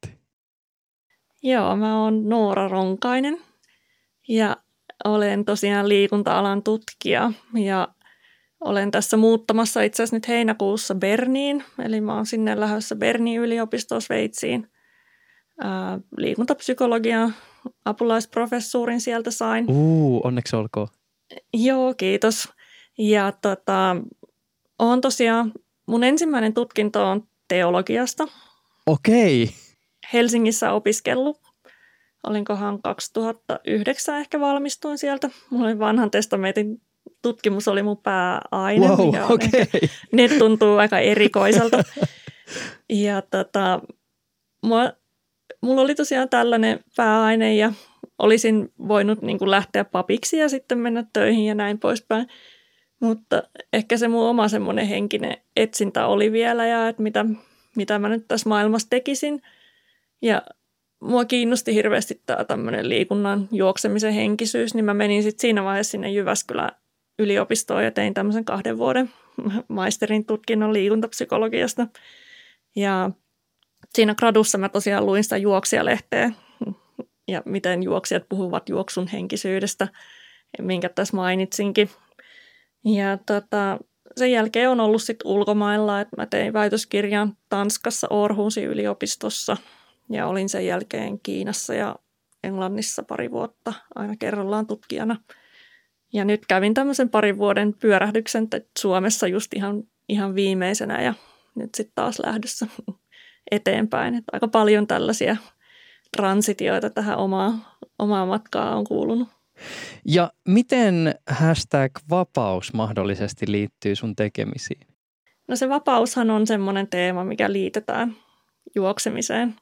Joo, mä oon Noora Ronkainen. Ja olen tosiaan liikunta-alan tutkija ja olen tässä muuttamassa itse asiassa nyt heinäkuussa Berniin. Eli mä oon sinne lähdössä Bernin yliopistoon Sveitsiin. Ää, liikuntapsykologian apulaisprofessuurin sieltä sain. Uu, onneksi olkoon. Joo, kiitos. Ja tota, on tosiaan, mun ensimmäinen tutkinto on teologiasta. Okei. Helsingissä opiskellut. Olinkohan kaksituhattayhdeksän ehkä valmistuin sieltä. Mulla oli vanhan testamentin tutkimus oli mun pääaine. Wow, mikä okei. Okay. Nyt tuntuu aika erikoiselta. Ja tota, mua, mulla oli tosiaan tällainen pääaine ja olisin voinut niin kuin lähteä papiksi ja sitten mennä töihin ja näin poispäin. Mutta ehkä se mun oma semmoinen henkinen etsintä oli vielä ja että mitä, mitä mä nyt tässä maailmassa tekisin. Ja mua kiinnosti hirveästi tämä tämmöinen liikunnan juoksemisen henkisyys, niin mä menin sitten siinä vaiheessa sinne Jyväskylän yliopistoon ja tein tämmöisen kahden vuoden maisterin tutkinnon liikuntapsykologiasta. Ja siinä gradussa mä tosiaan luin sitä juoksijalehteä ja miten juoksijat puhuvat juoksun henkisyydestä, minkä tässä mainitsinkin. Ja tota, sen jälkeen on ollut sitten ulkomailla, että mä tein väitöskirjan Tanskassa Aarhusin yliopistossa. Ja olin sen jälkeen Kiinassa ja Englannissa pari vuotta aina kerrallaan tutkijana. Ja nyt kävin tämmöisen parin vuoden pyörähdyksen Suomessa just ihan, ihan viimeisenä ja nyt sitten taas lähdössä eteenpäin. Et aika paljon tällaisia transitioita tähän omaa, omaa matkaa on kuulunut. Ja miten hashtag vapaus mahdollisesti liittyy sun tekemisiin? No se vapaushan on semmoinen teema, mikä liitetään juoksemiseen.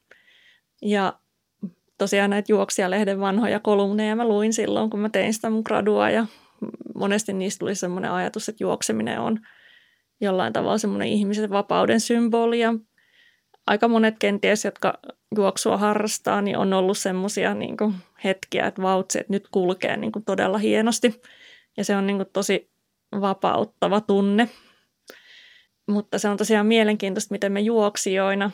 Ja tosiaan näitä Juoksijalehden vanhoja kolumneja mä luin silloin, kun mä tein sitä mun gradua. Ja monesti niistä tuli semmoinen ajatus, että juokseminen on jollain tavalla semmoinen ihmisen vapauden symboli. Ja aika monet kenties, jotka juoksua harrastaa, niin on ollut semmoisia niin kuin hetkiä, että vautsi, että nyt kulkee niin kuin todella hienosti. Ja se on niin kuin tosi vapauttava tunne. Mutta se on tosiaan mielenkiintoista, miten me juoksijoina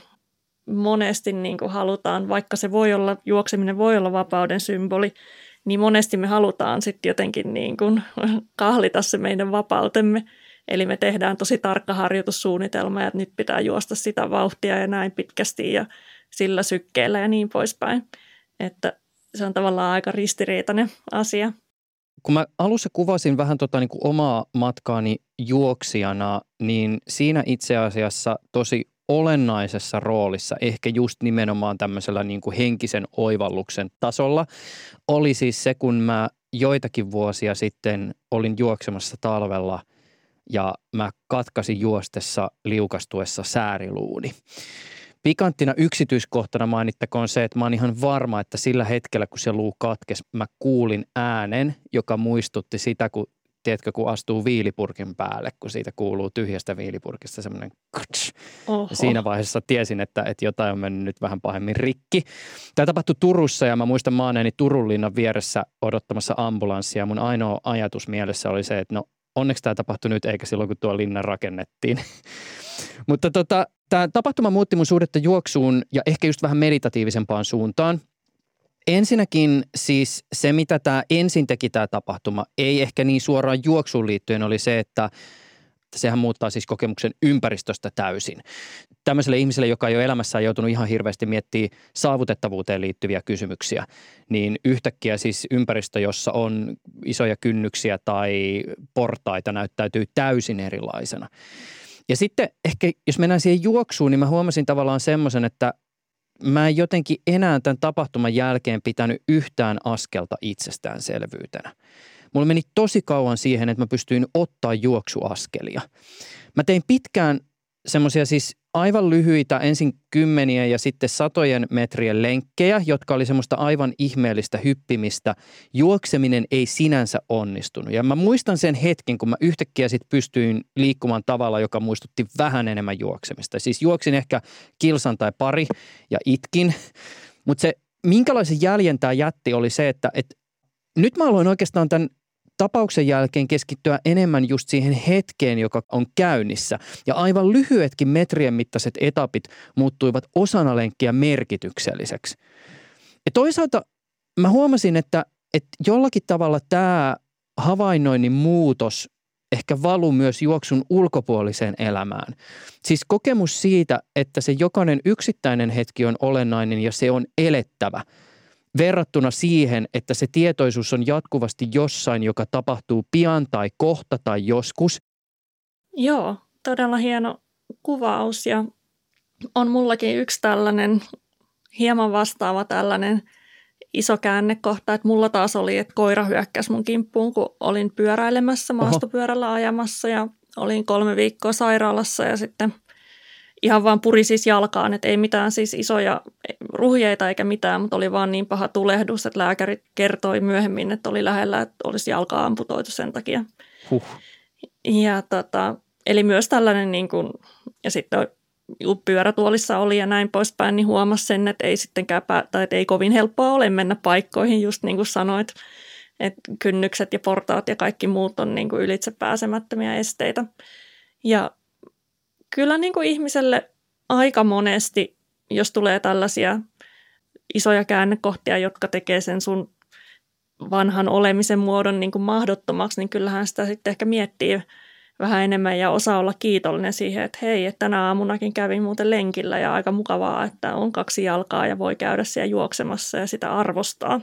monesti niin kuin halutaan, vaikka se voi olla, juokseminen voi olla vapauden symboli, niin monesti me halutaan sitten jotenkin niin kuin kahlita se meidän vapautemme. Eli me tehdään tosi tarkka harjoitussuunnitelma, että nyt pitää juosta sitä vauhtia ja näin pitkästi ja sillä sykkeellä ja niin poispäin. Että se on tavallaan aika ristiriitainen asia. Kun mä alussa kuvasin vähän tota niin kuin omaa matkaani juoksijana, niin siinä itse asiassa tosi olennaisessa roolissa, ehkä just nimenomaan tämmöisellä niin kuin henkisen oivalluksen tasolla, oli siis se, kun mä joitakin vuosia sitten olin juoksemassa talvella ja mä katkasin juostessa liukastuessa sääriluuni. Pikanttina yksityiskohtana mainittakoon se, että mä oon ihan varma, että sillä hetkellä, kun se luu katkesi, mä kuulin äänen, joka muistutti sitä, kun, tiedätkö, kun astuu viilipurkin päälle, kun siitä kuuluu tyhjästä viilipurkista semmoinen kutsch. Siinä vaiheessa tiesin, että, että jotain on mennyt nyt vähän pahemmin rikki. Tämä tapahtui Turussa ja mä muistan maaneeni Turun linnan vieressä odottamassa ambulanssia. Mun ainoa ajatus mielessä oli se, että no onneksi tämä tapahtui nyt eikä silloin, kun tuo linna rakennettiin. Mutta tota, tämä tapahtuma muutti mun suhdetta juoksuun ja ehkä just vähän meditatiivisempaan suuntaan. Ensinnäkin siis se, mitä tämä ensin teki tämä tapahtuma, ei ehkä niin suoraan juoksuun liittyen, oli se, että sehän muuttaa siis kokemuksen ympäristöstä täysin. Tämmöiselle ihmiselle, joka ei ole elämässään joutunut ihan hirveästi miettimään saavutettavuuteen liittyviä kysymyksiä, niin yhtäkkiä siis ympäristö, jossa on isoja kynnyksiä tai portaita, näyttäytyy täysin erilaisena. Ja sitten ehkä, jos mennään siihen juoksuun, niin mä huomasin tavallaan semmoisen, että mä en jotenkin enää tämän tapahtuman jälkeen pitänyt yhtään askelta itsestäänselvyytenä. Mulla meni tosi kauan siihen, että mä pystyin ottaa juoksuaskelia. Mä tein pitkään semmoisia siis aivan lyhyitä, ensin kymmenien ja sitten satojen metrien lenkkejä, jotka oli semmoista aivan ihmeellistä hyppimistä. Juokseminen ei sinänsä onnistunut. Ja mä muistan sen hetken, kun mä yhtäkkiä sitten pystyin liikkumaan tavalla, joka muistutti vähän enemmän juoksemista. Siis juoksin ehkä kilsan tai pari ja itkin, mutta se minkälaisen jäljen tämä jätti oli se, että, että nyt mä aloin oikeastaan tämän tapauksen jälkeen keskittyä enemmän just siihen hetkeen, joka on käynnissä. Ja aivan lyhyetkin metrien mittaiset etapit muuttuivat osana lenkkiä merkitykselliseksi. Ja toisaalta mä huomasin, että, että jollakin tavalla tämä havainnoinnin muutos ehkä valuu myös juoksun ulkopuoliseen elämään. Siis kokemus siitä, että se jokainen yksittäinen hetki on olennainen ja se on elettävä. Verrattuna siihen, että se tietoisuus on jatkuvasti jossain, joka tapahtuu pian tai kohta tai joskus. Joo, todella hieno kuvaus ja on mullakin yksi tällainen hieman vastaava tällainen iso käännekohta, että mulla taas oli, että koira hyökkäsi mun kimppuun, kun olin pyöräilemässä, maastopyörällä ajamassa ja olin kolme viikkoa sairaalassa ja sitten ihan vaan puri siis jalkaan, että ei mitään siis isoja ruhjeita eikä mitään, mutta oli vaan niin paha tulehdus, että lääkäri kertoi myöhemmin, että oli lähellä, että olisi jalkaa amputoitu sen takia. Huh. Ja tota, eli myös tällainen niin kuin, ja sitten pyörätuolissa oli ja näin poispäin, niin huomasi sen, että ei sittenkään, tai että ei kovin helppoa ole mennä paikkoihin, just niin kuin sanoit, että kynnykset ja portaat ja kaikki muut on niin kuin ylitse pääsemättömiä esteitä. Ja kyllä niin kuin ihmiselle aika monesti, jos tulee tällaisia isoja käännekohtia, jotka tekee sen sun vanhan olemisen muodon niin kuin mahdottomaksi, niin kyllähän sitä sitten ehkä miettii vähän enemmän ja osaa olla kiitollinen siihen, että hei, että tänä aamunakin kävin muuten lenkillä ja aika mukavaa, että on kaksi jalkaa ja voi käydä siellä juoksemassa ja sitä arvostaa.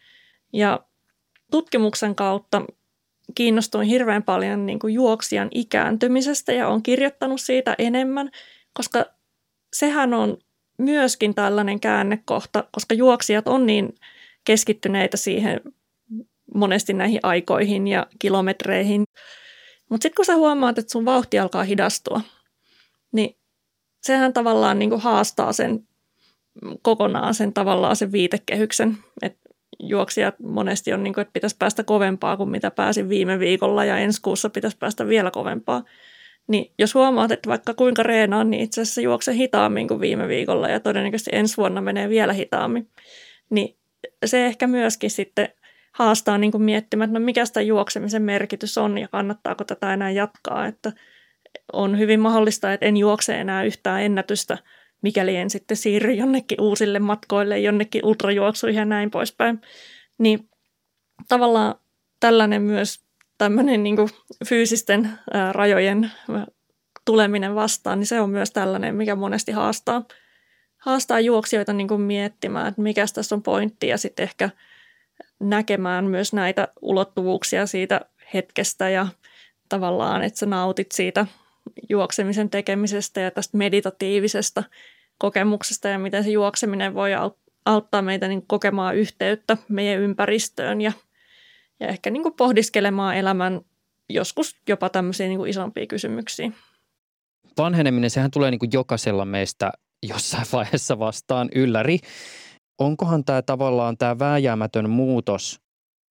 Ja tutkimuksen kautta kiinnostuin hirveän paljon niin kuin juoksijan ikääntymisestä ja olen kirjoittanut siitä enemmän, koska sehän on myöskin tällainen käännekohta, koska juoksijat on niin keskittyneitä siihen monesti näihin aikoihin ja kilometreihin. Mutta sitten kun sä huomaat, että sun vauhti alkaa hidastua, niin sehän tavallaan niin kuin haastaa sen kokonaan sen tavallaan sen viitekehyksen. Et juoksijat monesti on niin kuin, että pitäisi päästä kovempaa kuin mitä pääsin viime viikolla ja ensi kuussa pitäisi päästä vielä kovempaa. Niin jos huomaat, että vaikka kuinka reenaan, niin itse asiassa juokse hitaammin kuin viime viikolla ja todennäköisesti ensi vuonna menee vielä hitaammin. Niin se ehkä myöskin sitten haastaa niin kuin miettimään, että no mikä sitä juoksemisen merkitys on ja kannattaako tätä enää jatkaa. Että on hyvin mahdollista, että en juokse enää yhtään ennätystä, mikäli en sitten siirry jonnekin uusille matkoille, jonnekin ultrajuoksuihin ja näin poispäin. Niin tavallaan tällainen myös tämmöinen niin kuin fyysisten ää, rajojen tuleminen vastaan, niin se on myös tällainen, mikä monesti haastaa, haastaa juoksijoita niin kuin miettimään, että mikä tässä on pointti ja sitten ehkä näkemään myös näitä ulottuvuuksia siitä hetkestä ja tavallaan, että sä nautit siitä juoksemisen tekemisestä ja tästä meditatiivisesta kokemuksesta ja miten se juokseminen voi auttaa meitä niin kokemaan yhteyttä meidän ympäristöön ja, ja ehkä niin kuin pohdiskelemaan elämän joskus jopa tämmöisiä niin kuin isompia kysymyksiä. Vanheneminen, sehän tulee niin kuin jokaisella meistä jossain vaiheessa vastaan ylläri. Onkohan tämä tavallaan tämä vääjäämätön muutos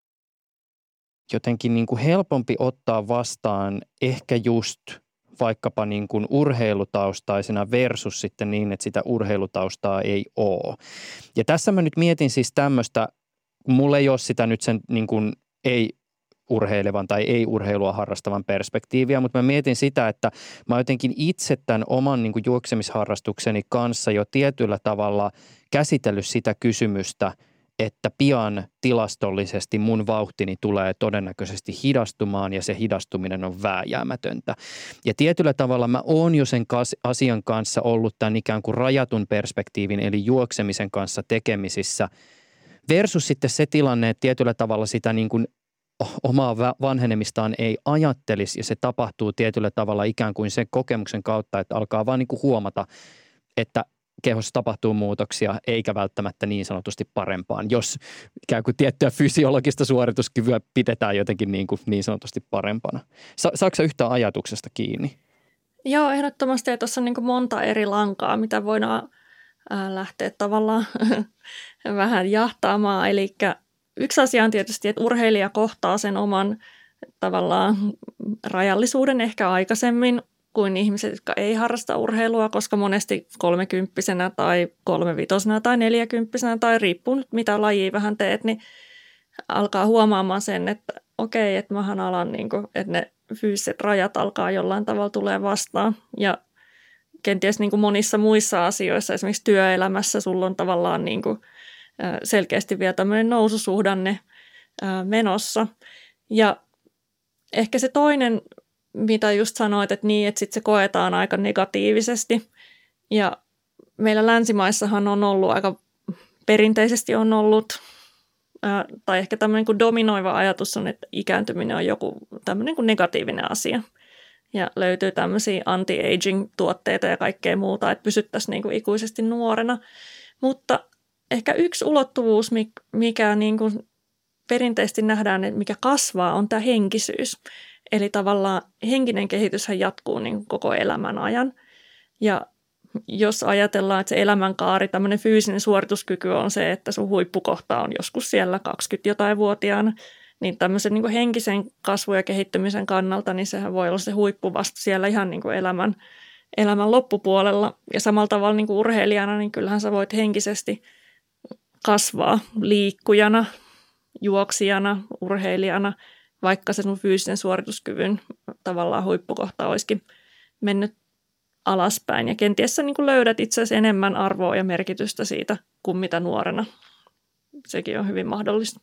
jotenkin niin kuin helpompi ottaa vastaan ehkä just vaikkapa niin kuin urheilutaustaisena versus sitten niin, että sitä urheilutaustaa ei ole. Ja tässä mä nyt mietin siis tämmöistä, mulla ei ole sitä nyt sen niin kuin ei urheilevan tai ei urheilua harrastavan perspektiiviä, mutta mä mietin sitä, että mä jotenkin itse tämän oman niin kuin juoksemisharrastukseni kanssa jo tietyllä tavalla käsitellyt sitä kysymystä, että pian tilastollisesti mun vauhtini tulee todennäköisesti hidastumaan ja se hidastuminen on vääjäämätöntä. Ja tietyllä tavalla mä oon jo sen asian kanssa ollut tämän ikään kuin rajatun perspektiivin eli juoksemisen kanssa tekemisissä versus sitten se tilanne, että tietyllä tavalla sitä niin kuin omaa vanhenemistaan ei ajattelisi ja se tapahtuu tietyllä tavalla ikään kuin sen kokemuksen kautta, että alkaa vaan niin kuin huomata, että kehossa tapahtuu muutoksia eikä välttämättä niin sanotusti parempaan, jos ikään kuin tiettyä fysiologista suorituskyvyä pidetään jotenkin niin, kuin niin sanotusti parempana. Sa- saatko sä yhtään ajatuksesta kiinni? Joo, ehdottomasti. Tuossa on niin kuin monta eri lankaa, mitä voidaan ää, lähteä tavallaan vähän jahtaamaan. Eli yksi asia on tietysti, että urheilija kohtaa sen oman tavallaan rajallisuuden ehkä aikaisemmin kuin ihmiset, jotka ei harrasta urheilua, koska monesti kolmekymppisenä tai kolmevitosena tai neljäkymppisenä tai riippuu nyt mitä lajia vähän teet, niin alkaa huomaamaan sen, että okei, että mähän alan, niin kuin, että ne fyysiset rajat alkaa jollain tavalla tulee vastaan ja kenties niin kuin monissa muissa asioissa, esimerkiksi työelämässä sulla on tavallaan niin kuin selkeästi vielä tämmöinen noususuhdanne menossa ja ehkä se toinen, mitä just sanoit, että niin, että sitten se koetaan aika negatiivisesti. Ja meillä länsimaissahan on ollut aika perinteisesti on ollut, ää, tai ehkä tämmöinen kuin dominoiva ajatus on, että ikääntyminen on joku tämmöinen kuin negatiivinen asia. Ja löytyy tämmöisiä anti-aging-tuotteita ja kaikkea muuta, että pysyttäisiin niin kuin ikuisesti nuorena. Mutta ehkä yksi ulottuvuus, mikä niin kuin perinteisesti nähdään, että mikä kasvaa, on tämä henkisyys. Eli tavallaan henkinen kehityshän jatkuu niin koko elämän ajan. Ja jos ajatellaan, että se elämänkaari, tämmöinen fyysinen suorituskyky on se, että sun huippukohta on joskus siellä kaksikymmentä jotain vuotiaana, niin tämmöisen niin henkisen kasvun ja kehittymisen kannalta, niin sehän voi olla se huippu vasta siellä ihan niin elämän, elämän loppupuolella. Ja samalla tavalla niin urheilijana, niin kyllähän sä voit henkisesti kasvaa liikkujana, juoksijana, urheilijana, vaikka se sun fyysisen suorituskyvyn tavallaan huippukohta olisikin mennyt alaspäin. Ja kenties sä niin kuin löydät itse asiassa enemmän arvoa ja merkitystä siitä kuin mitä nuorena. Sekin on hyvin mahdollista.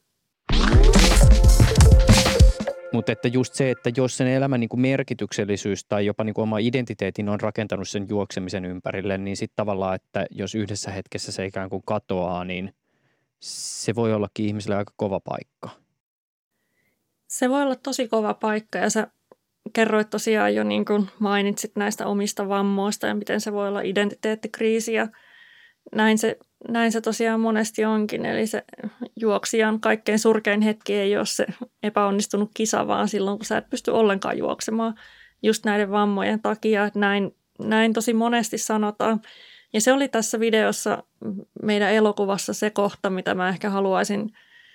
Mutta että just se, että jos sen elämän niin kuin merkityksellisyys tai jopa niin kuin oma identiteetin on rakentanut sen juoksemisen ympärille, niin sitten tavallaan, että jos yhdessä hetkessä se ikään kuin katoaa, niin se voi ollakin ihmiselle aika kova paikka. Se voi olla tosi kova paikka ja sä kerroit tosiaan jo niin kuin mainitsit näistä omista vammoista ja miten se voi olla identiteettikriisi ja näin se, näin se tosiaan monesti onkin. Eli se juoksijan kaikkein surkein hetki ei ole se epäonnistunut kisa, vaan silloin, kun sä et pysty ollenkaan juoksemaan just näiden vammojen takia, että näin, näin tosi monesti sanotaan. Ja se oli tässä videossa meidän elokuvassa se kohta, mitä mä ehkä haluaisin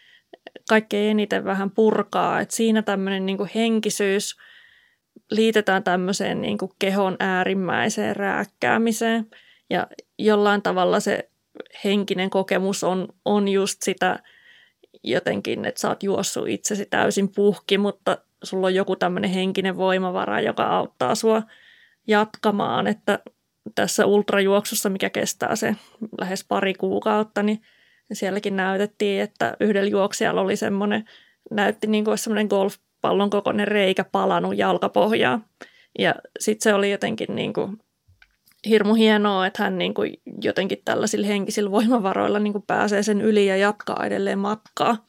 kaikkein eniten vähän purkaa, että siinä tämmöinen niin kuin henkisyys liitetään tämmöiseen niin kuin kehon äärimmäiseen rääkkäämiseen ja jollain tavalla se henkinen kokemus on, on just sitä jotenkin, että sä oot juossut itsesi täysin puhki, mutta sulla on joku tämmöinen henkinen voimavara, joka auttaa sua jatkamaan, että tässä ultrajuoksussa, mikä kestää se lähes pari kuukautta, niin sielläkin näytettiin, että yhdellä juoksijalla oli semmoinen, näytti niin kuin semmoinen golfpallon kokoinen reikä palannut jalkapohjaan. Ja sitten se oli jotenkin niin kuin hirmu hienoa, että hän niin kuin jotenkin tällaisilla henkisillä voimavaroilla niin kuin pääsee sen yli ja jatkaa edelleen matkaa.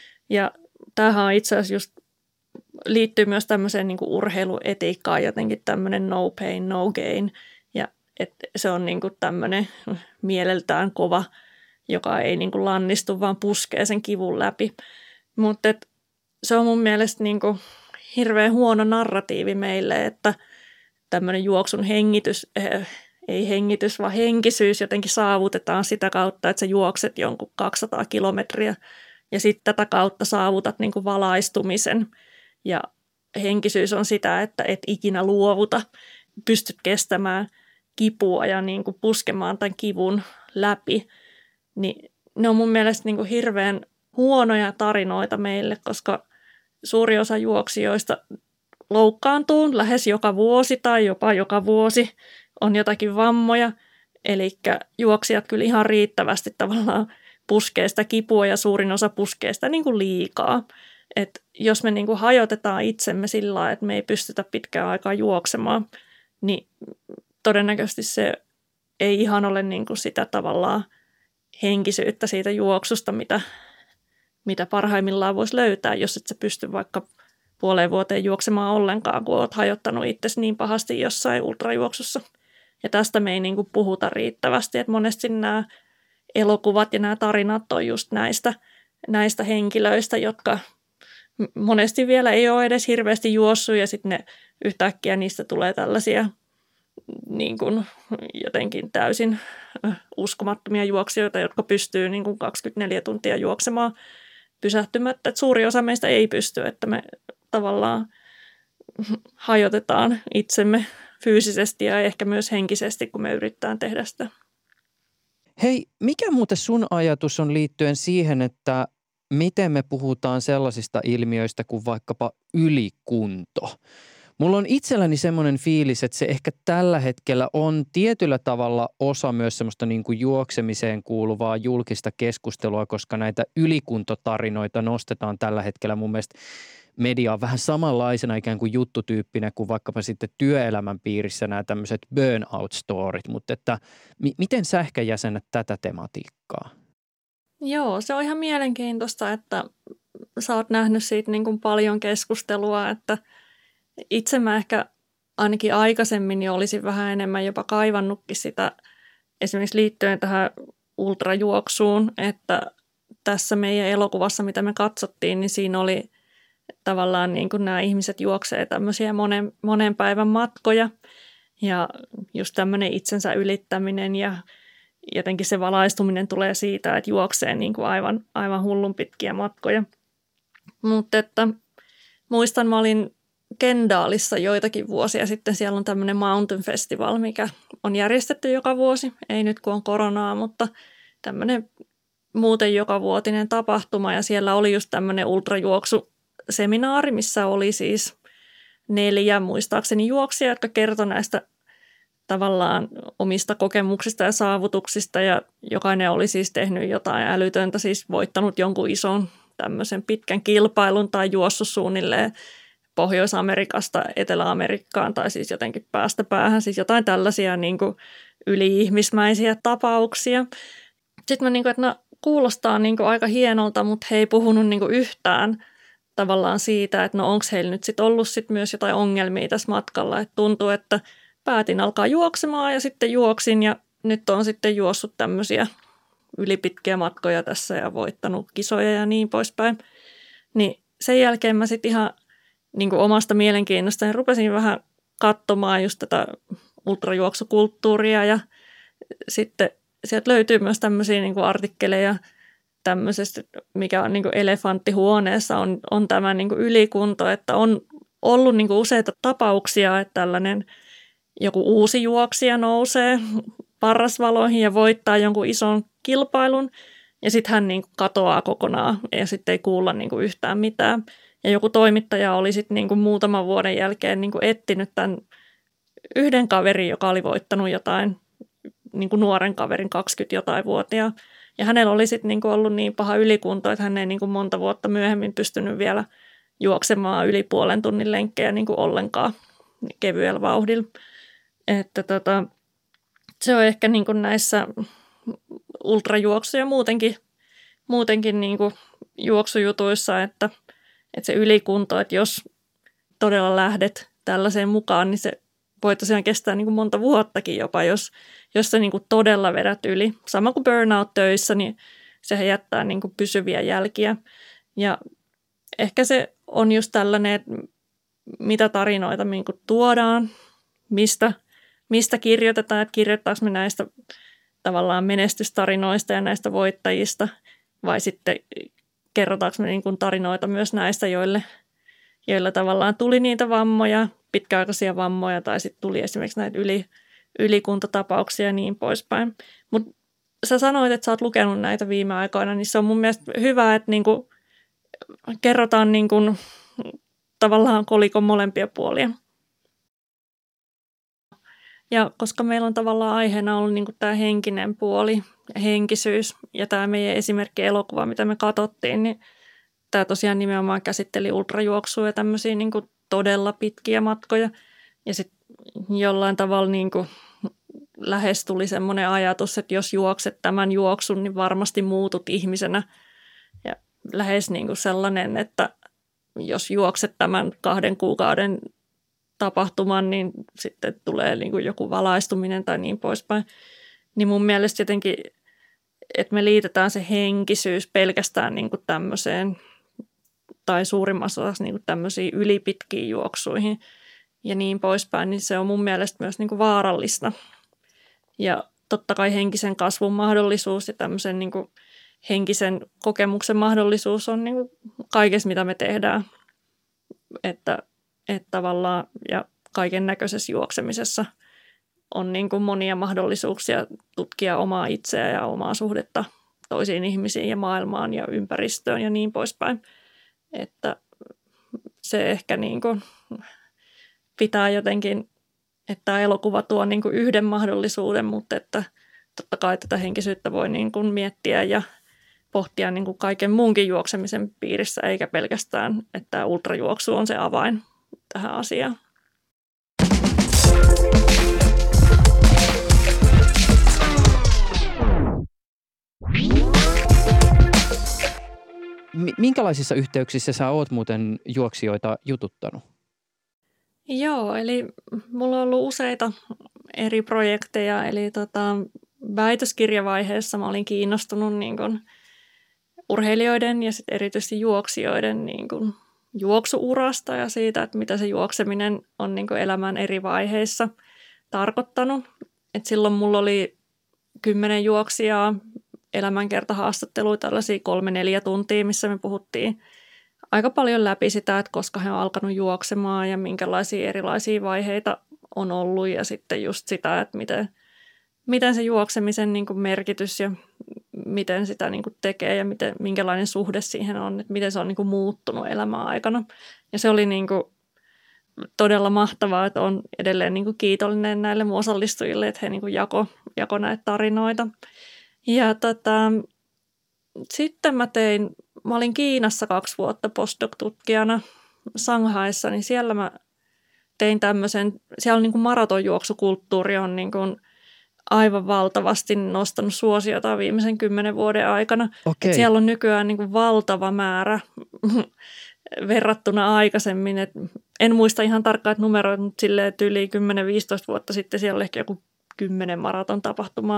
Ja tämähän on itse asiassa just, liittyy myös tämmöiseen niin kuin urheiluetiikkaan, jotenkin tämmöinen no pain, no gain. Ja että se on niin kuin tämmöinen mieleltään kova, joka ei niin kuin lannistu, vaan puskee sen kivun läpi. Mutta se on mun mielestä niin kuin hirveän huono narratiivi meille, että tämmöinen juoksun hengitys, eh, ei hengitys, vaan henkisyys jotenkin saavutetaan sitä kautta, että sä juokset jonkun kaksisataa kilometriä ja sitten tätä kautta saavutat niin kuin valaistumisen. Ja henkisyys on sitä, että et ikinä luovuta, pystyt kestämään kipua ja niin kuin puskemaan tämän kivun läpi. Niin ne on mun mielestä niin kuin hirveän huonoja tarinoita meille, koska suuri osa juoksijoista loukkaantuu lähes joka vuosi tai jopa joka vuosi on jotakin vammoja. Eli juoksijat kyllä ihan riittävästi tavallaan puskee sitä kipua ja suurin osa puskee sitä niin kuin liikaa. Et jos me niin kuin hajotetaan itsemme sillä lailla, että me ei pystytä pitkään aikaa juoksemaan, niin todennäköisesti se ei ihan ole niin kuin sitä tavallaan henkisyyttä siitä juoksusta, mitä, mitä parhaimmillaan voisi löytää, jos et sä pysty vaikka puoleen vuoteen juoksemaan ollenkaan, kun oot hajottanut itsesi niin pahasti jossain ultrajuoksussa. Ja tästä me ei niin kuin puhuta riittävästi, että monesti nämä elokuvat ja nämä tarinat on just näistä, näistä henkilöistä, jotka monesti vielä ei ole edes hirveästi juossut ja sitten ne yhtäkkiä niistä tulee tällaisia niin kuin jotenkin täysin uskomattomia juoksijoita, jotka pystyy niin kuin kaksikymmentäneljä tuntia juoksemaan pysähtymättä. Että suuri osa meistä ei pysty, että me tavallaan hajotetaan itsemme fyysisesti ja ehkä myös henkisesti, kun me yritetään tehdä sitä. Hei, mikä muuten sun ajatus on liittyen siihen, että miten me puhutaan sellaisista ilmiöistä kuin vaikkapa ylikunto? Mulla on itselläni semmoinen fiilis, että se ehkä tällä hetkellä on tietyllä tavalla osa myös semmoista niin kuin juoksemiseen kuuluvaa julkista keskustelua, koska näitä ylikuntotarinoita nostetaan tällä hetkellä mun mielestä mediaan vähän samanlaisena ikään kuin juttutyyppinä kuin vaikkapa sitten työelämän piirissä nämä tämmöiset burnout-storit, mutta että mi- miten sä ehkä jäsennät tätä tematiikkaa? Joo, se on ihan mielenkiintoista, että sä oot nähnyt siitä niin kuin paljon keskustelua, että itse mä ehkä ainakin aikaisemmin jo olisin vähän enemmän jopa kaivannutkin sitä esimerkiksi liittyen tähän ultrajuoksuun, että tässä meidän elokuvassa, mitä me katsottiin, niin siinä oli tavallaan niin kuin nämä ihmiset juoksee tämmöisiä monen, monen päivän matkoja ja just tämmöinen itsensä ylittäminen ja jotenkin se valaistuminen tulee siitä, että juoksee niin kuin aivan, aivan hullun pitkiä matkoja. Mutta että muistan, mä olin Kendalissa joitakin vuosia sitten. Siellä on tämmöinen Mountain Festival, mikä on järjestetty joka vuosi. Ei nyt kun on koronaa, mutta tämmöinen muuten jokavuotinen tapahtuma. Ja siellä oli just tämmöinen ultrajuoksuseminaari, missä oli siis neljä muistaakseni juoksijaa, jotka kertoi näistä tavallaan omista kokemuksista ja saavutuksista. Ja jokainen oli siis tehnyt jotain älytöntä, siis voittanut jonkun ison tämmöisen pitkän kilpailun tai juossut suunnilleen Pohjois-Amerikasta Etelä-Amerikkaan tai siis jotenkin päästä päähän, siis jotain tällaisia niin kuin yli-ihmismäisiä tapauksia. Sitten mä niin kuin, että no kuulostaa niin kuin aika hienolta, mutta he ei puhunut niin kuin yhtään tavallaan siitä, että no onko heillä nyt sitten ollut sit myös jotain ongelmia tässä matkalla, että tuntuu, että päätin alkaa juoksemaan ja sitten juoksin ja nyt on sitten juossut tämmöisiä ylipitkiä matkoja tässä ja voittanut kisoja ja niin poispäin. Niin sen jälkeen mä sitten ihan niin kuin omasta mielenkiinnostani rupesin vähän katsomaan just tätä ultrajuoksukulttuuria ja sitten sieltä löytyy myös tämmöisiä niin kuin artikkeleja tämmöisestä, mikä on niin kuin elefanttihuoneessa, on, on tämä niin kuin ylikunto, että on ollut niin kuin useita tapauksia, että tällainen joku uusi juoksija nousee parrasvaloihin ja voittaa jonkun ison kilpailun ja sitten hän niin kuin katoaa kokonaan ja sitten ei kuulla niin kuin yhtään mitään. Ja joku toimittaja oli sitten niin kuin muutaman vuoden jälkeen niin kuin etsinyt tämän yhden kaverin, joka oli voittanut jotain, niin kuin nuoren kaverin kaksikymmentä jotain vuotia. Ja hänellä oli sitten niin kuin ollut niin paha ylikunto, että hän ei niin kuin monta vuotta myöhemmin pystynyt vielä juoksemaan yli puolen tunnin lenkkejä niin kuin ollenkaan kevyellä vauhdilla. Että tota, se on ehkä niin kuin näissä ultrajuoksu ja muutenkin, muutenkin niin kuin juoksujutuissa, että, että se ylikunto, että jos todella lähdet tällaiseen mukaan, niin se voi tosiaan kestää niin kuin monta vuottakin jopa, jos, jos sä niin kuin todella vedät yli. Sama kuin burnout töissä, niin sehän jättää niin kuin pysyviä jälkiä. Ja ehkä se on just tällainen, että mitä tarinoita niin kuin tuodaan, mistä, mistä kirjoitetaan, että kirjoittaako me näistä tavallaan menestystarinoista ja näistä voittajista, vai sitten kerrotaanko me niin kuin tarinoita myös näistä, joille, joilla tavallaan tuli niitä vammoja, pitkäaikaisia vammoja, tai sitten tuli esimerkiksi näitä yli, ylikuntotapauksia ja niin poispäin. Mutta sä sanoit, että sä oot lukenut näitä viime aikoina, niin se on mun mielestä hyvä, että niin kuin kerrotaan niin kuin tavallaan kolikon molempia puolia. Ja koska meillä on tavallaan aiheena ollut niin kuin tämä henkinen puoli, henkisyys ja tämä meidän esimerkki elokuva, mitä me katsottiin, niin tämä tosiaan nimenomaan käsitteli ultrajuoksua ja tämmöisiä niin kuin todella pitkiä matkoja. Ja sitten jollain tavalla niin kuin lähes tuli semmoinen ajatus, että jos juokset tämän juoksun, niin varmasti muutut ihmisenä. Ja lähes niin kuin sellainen, että jos juokset tämän kahden kuukauden tapahtuman, niin sitten tulee niin kuin joku valaistuminen tai niin poispäin. Niin mun mielestä jotenkin, että me liitetään se henkisyys pelkästään niin kuin tämmöiseen, tai suurimmassa osassa niin kuin tämmöisiin ylipitkiin juoksuihin ja niin poispäin, niin se on mun mielestä myös niin kuin vaarallista. Ja totta kai henkisen kasvun mahdollisuus ja tämmöisen niin kuin henkisen kokemuksen mahdollisuus on niin kuin kaikessa, mitä me tehdään. Että, että tavallaan ja kaiken näköisessä juoksemisessa on niin kuin monia mahdollisuuksia tutkia omaa itseä ja omaa suhdetta toisiin ihmisiin ja maailmaan ja ympäristöön ja niin poispäin. Että se ehkä niin kuin pitää jotenkin, että tämä elokuva tuo niin kuin yhden mahdollisuuden, mutta että totta kai tätä henkisyyttä voi niin kuin miettiä ja pohtia niin kuin kaiken muunkin juoksemisen piirissä, eikä pelkästään, että tämä ultrajuoksu on se avain tähän asiaan. Minkälaisissa yhteyksissä sä oot muuten juoksijoita jututtanut? Joo, eli mulla on ollut useita eri projekteja, eli tota, väitöskirjavaiheessa mä olin kiinnostunut niin kuin urheilijoiden ja sit erityisesti juoksijoiden niin kuin juoksuurasta ja siitä, että mitä se juokseminen on niin kuin elämän eri vaiheissa tarkoittanut. Et silloin mulla oli kymmenen juoksijaa, elämänkertahaastatteluita, tällaisia kolme neljä tuntia, missä me puhuttiin aika paljon läpi sitä, että koska he on alkanut juoksemaan ja minkälaisia erilaisia vaiheita on ollut ja sitten just sitä, että miten, miten se juoksemisen niin kuin merkitys ja miten sitä niin kuin tekee ja miten, minkälainen suhde siihen on, että miten se on niin kuin muuttunut elämän aikana. Ja se oli niin kuin todella mahtavaa, että olen edelleen niin kuin kiitollinen näille mun osallistujille, että he niin kuin jako, jako näitä tarinoita. Ja tota, sitten mä tein, mä olin Kiinassa kaksi vuotta postdoc-tutkijana Shanghaissa, niin siellä mä tein tämmöisen, siellä on niin kuin maratonjuoksukulttuuri on niin kuin aivan valtavasti nostanut suosiota viimeisen kymmenen vuoden aikana. Okay. Siellä on nykyään niin kuin valtava määrä verrattuna aikaisemmin. Et en muista ihan tarkkaat numeroita, mutta silleen, että yli kymmenen viisitoista vuotta sitten siellä oli ehkä joku kymmenen maraton tapahtumaa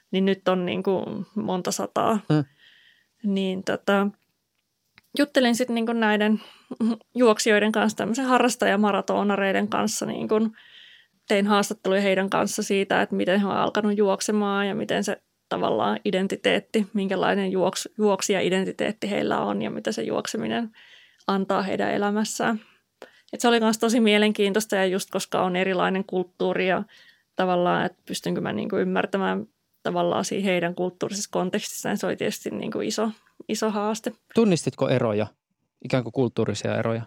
niin nyt on niin kuin monta sataa. Mm. Niin tota, juttelin sitten niin kuin näiden juoksijoiden kanssa, tämmöisen harrastajamaratonareiden kanssa, niin kuin tein haastatteluja heidän kanssa siitä, että miten he on alkanut juoksemaan ja miten se tavallaan identiteetti, minkälainen juoks, juoksija-identiteetti heillä on ja mitä se juokseminen antaa heidän elämässään. Et se oli myös tosi mielenkiintoista ja just koska on erilainen kulttuuri ja tavallaan, että pystynkö mä niinku ymmärtämään tavallaan siinä heidän kulttuurisessa kontekstissa, niin se oli tietysti niinku iso, iso haaste. Tunnistitko eroja, ikään kuin kulttuurisia eroja?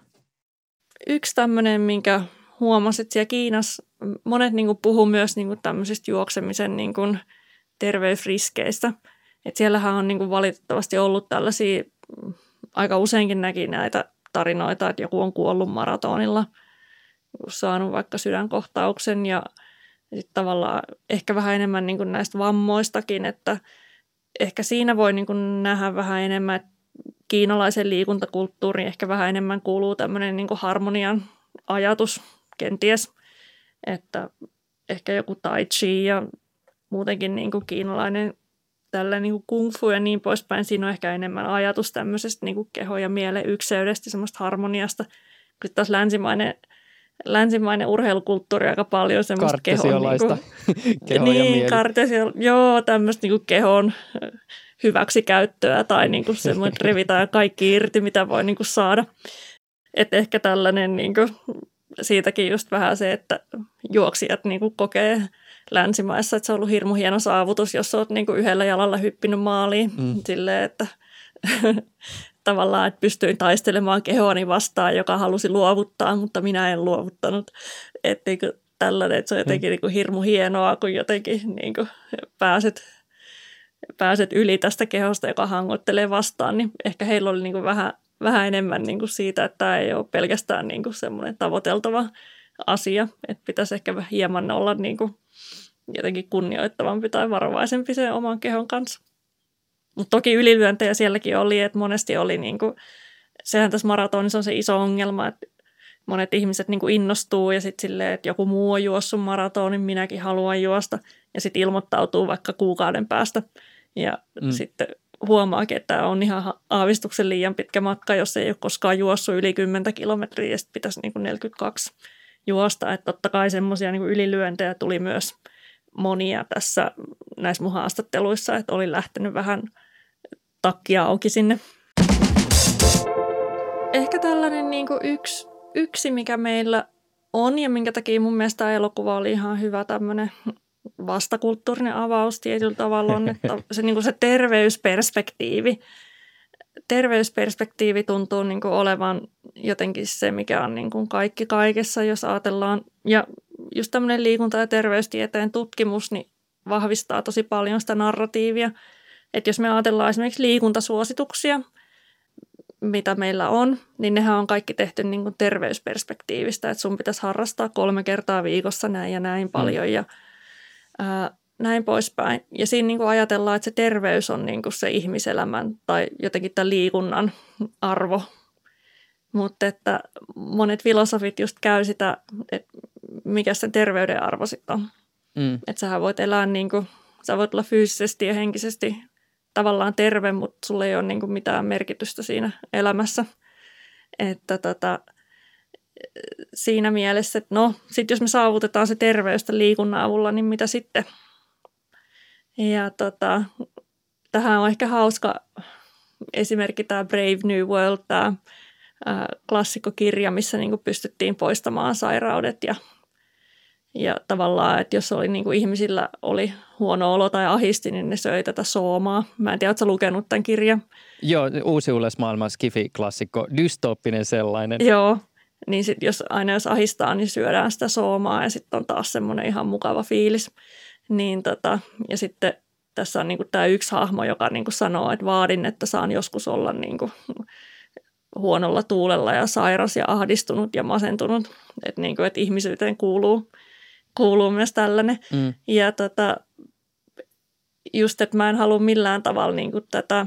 Yksi tämmöinen, minkä huomasin, että siellä Kiinassa monet niinku puhuu myös niinku tämmöisistä juoksemisen niinku terveysriskeistä. Et siellähän on niinku valitettavasti ollut tällaisia, aika useinkin näki näitä tarinoita, että joku on kuollut maratonilla, saanut vaikka sydänkohtauksen ja sitten tavallaan ehkä vähän enemmän niin kuin näistä vammoistakin, että ehkä siinä voi niin kuin nähdä vähän enemmän, että kiinalaisen liikuntakulttuuriin ehkä vähän enemmän kuuluu tämmöinen niin kuin harmonian ajatus kenties, että ehkä joku tai chi ja muutenkin niin kuin kiinalainen tällä niin kuin kung fu ja niin poispäin, siinä on ehkä enemmän ajatus tämmöisestä niin kuin keho- ja mielen ykseydestä, semmoista harmoniasta. Sitten taas länsimainen, länsimainen urheilukulttuuri aika paljon semmoista kehon... Niin kuin, keho niin, ja mieli. Kartesio, joo, tämmöistä niin kuin kehon hyväksikäyttöä tai niin kuin semmoinen, että revitään kaikki irti, mitä voi niin kuin saada. Että ehkä tällainen, niin kuin, siitäkin just vähän se, että juoksijat niin kuin kokee länsimaissa, että se on ollut hirmu hieno saavutus, jos olet niin kuin yhdellä jalalla hyppinyt maaliin. Mm. Silleen, että tavallaan, että pystyin taistelemaan kehoani vastaan, joka halusi luovuttaa, mutta minä en luovuttanut. Että niin kuin tällainen, että se on jotenkin mm. niin kuin hirmu hienoa, kun jotenkin niin kuin pääset, pääset yli tästä kehosta, joka hangottelee vastaan. Niin ehkä heillä oli niin kuin vähän, vähän enemmän niin kuin siitä, että tämä ei ole pelkästään niin kuin semmoinen tavoiteltava asia. Että pitäisi ehkä hieman olla niin kuin jotenkin kunnioittavampi tai varovaisempi sen oman kehon kanssa. Mutta toki ylilyöntejä sielläkin oli, että monesti oli, niin kuin, sehän tässä maratonissa on se iso ongelma, että monet ihmiset niin kuin innostuu ja sitten silleen, että joku muu on juossut maratonin, minäkin haluan juosta ja sitten ilmoittautuu vaikka kuukauden päästä ja mm. sitten huomaakin, että tämä on ihan aavistuksen liian pitkä matka, jos ei ole koskaan juossut yli kymmenen kilometriä ja sitten pitäisi niin kuin neljäkymmentäkaksi juosta, että totta kai semmoisia niin kuin ylilyöntejä tuli myös monia tässä näissä mun haastatteluissa, että olin lähtenyt vähän takkia auki sinne. Ehkä tällainen niin kuin yksi, yksi, mikä meillä on ja minkä takia mun mielestä tämä elokuva oli ihan hyvä tämmöinen vastakulttuurinen avaus tietyllä tavalla on, että se, niin kuin se terveysperspektiivi, terveysperspektiivi tuntuu niin kuin olevan jotenkin se, mikä on niin kuin kaikki kaikessa, jos ajatellaan. Ja just tämmöinen liikunta- ja terveystieteen tutkimus niin vahvistaa tosi paljon sitä narratiivia. Että jos me ajatellaan esimerkiksi liikuntasuosituksia, mitä meillä on, niin nehän on kaikki tehty niin kuin terveysperspektiivistä. Että sun pitäisi harrastaa kolme kertaa viikossa näin ja näin paljon ja ää, näin poispäin. Ja siinä niin kuin ajatellaan, että se terveys on niin kuin se ihmiselämän tai jotenkin tämän liikunnan arvo. Mutta että monet filosofit just käy sitä, että mikä sen terveyden arvo sitten on. Mm. Että sähän voit elää niin kuin, sä voit olla fyysisesti ja henkisesti tavallaan terve, mutta sulla ei ole niin kuin mitään merkitystä siinä elämässä. Että tota, siinä mielessä, että no, sitten jos me saavutetaan se terveys liikunnan avulla, niin mitä sitten? Ja tota, tähän on ehkä hauska esimerkki tämä Brave New World, tämä klassikkokirja, missä niin kuin pystyttiin poistamaan sairaudet ja, ja tavallaan, että jos oli, niin kuin ihmisillä oli huono olo tai ahisti, niin ne söi tätä soomaa. Mä en tiedä, ootko sä lukenut tämän kirjan? Joo, uusi maailman skifi-klassikko, dystooppinen sellainen. Joo, niin sit jos aina jos ahistaa, niin syödään sitä soomaa ja sitten on taas semmoinen ihan mukava fiilis. Niin tota, ja sitten tässä on niin kuin tämä yksi hahmo, joka niin kuin sanoo, että vaadin, että saan joskus olla niin kuin huonolla tuulella ja sairas ja ahdistunut ja masentunut. Että niin kuin, että ihmisyyteen kuuluu, kuuluu myös tällainen. Mm. Ja tota, just, että mä en halua millään tavalla niin kuin tätä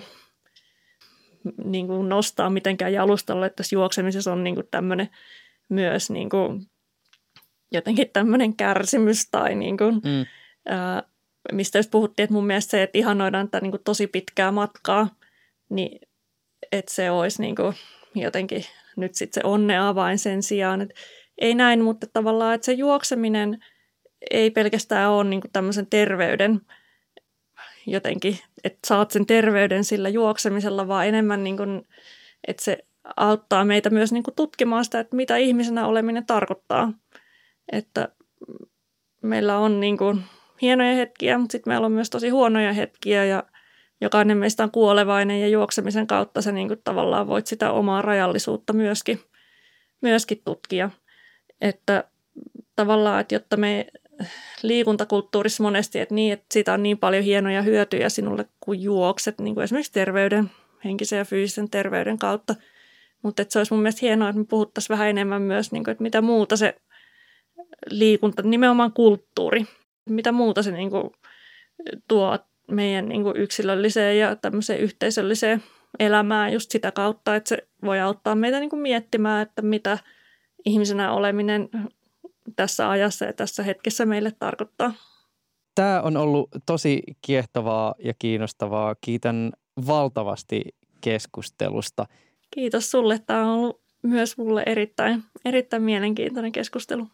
niin kuin nostaa mitenkään jalustalle, että tässä juoksemisessa on niin kuin tämmöinen myös niin kuin jotenkin tämmöinen kärsimys tai niin kuin, mm. ää, mistä just puhuttiin, että mun mielestä se, että ihannoidaan tätä niin kuin tosi pitkää matkaa, niin että se olisi niin kuin jotenkin nyt sitten se onnea avain sen sijaan, että ei näin, mutta tavallaan, että se juokseminen ei pelkästään ole niin kuin tämmöisen terveyden jotenkin, että saat sen terveyden sillä juoksemisella, vaan enemmän niin kuin, että se auttaa meitä myös niin kuin tutkimaan sitä, että mitä ihmisenä oleminen tarkoittaa. Että meillä on niin kuin hienoja hetkiä, mutta sitten meillä on myös tosi huonoja hetkiä ja jokainen meistä on kuolevainen ja juoksemisen kautta sä niin kuin tavallaan voit sitä omaa rajallisuutta myöskin, myöskin tutkia. Että tavallaan, että jotta me liikuntakulttuurissa monesti, että, niin, että siitä on niin paljon hienoja hyötyjä sinulle, kun juokset, niin kuin esimerkiksi terveyden, henkisen ja fyysisen terveyden kautta. Mutta se olisi mun mielestä hienoa, että me puhuttaisiin vähän enemmän myös, niin kuin, että mitä muuta se liikunta, nimenomaan kulttuuri, mitä muuta se niin kuin, tuo meidän niin kuin yksilölliseen ja tämmöiseen yhteisölliseen elämään just sitä kautta, että se voi auttaa meitä niin kuin miettimään, että mitä ihmisenä oleminen tässä ajassa ja tässä hetkessä meille tarkoittaa. Tämä on ollut tosi kiehtovaa ja kiinnostavaa. Kiitän valtavasti keskustelusta. Kiitos sulle. Tämä on ollut myös mulle erittäin, erittäin mielenkiintoinen keskustelu.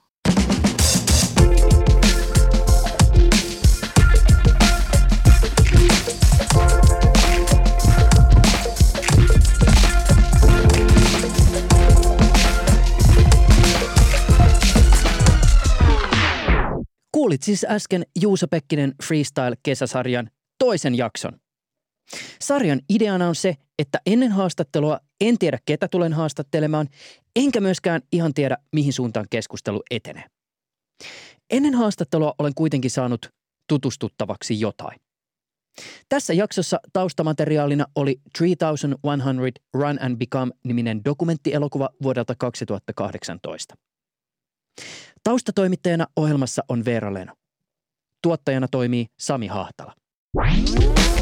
Kuulit siis äsken Juuso Pekkinen Freestyle-kesäsarjan toisen jakson. Sarjan ideana on se, että ennen haastattelua en tiedä, ketä tulen haastattelemaan, enkä myöskään ihan tiedä, mihin suuntaan keskustelu etenee. Ennen haastattelua olen kuitenkin saanut tutustuttavaksi jotain. Tässä jaksossa taustamateriaalina oli kolmetuhatta Run and Become-niminen dokumenttielokuva vuodelta kaksituhattakahdeksantoista. Taustatoimittajana ohjelmassa on Veera Leno. Tuottajana toimii Sami Hahtala.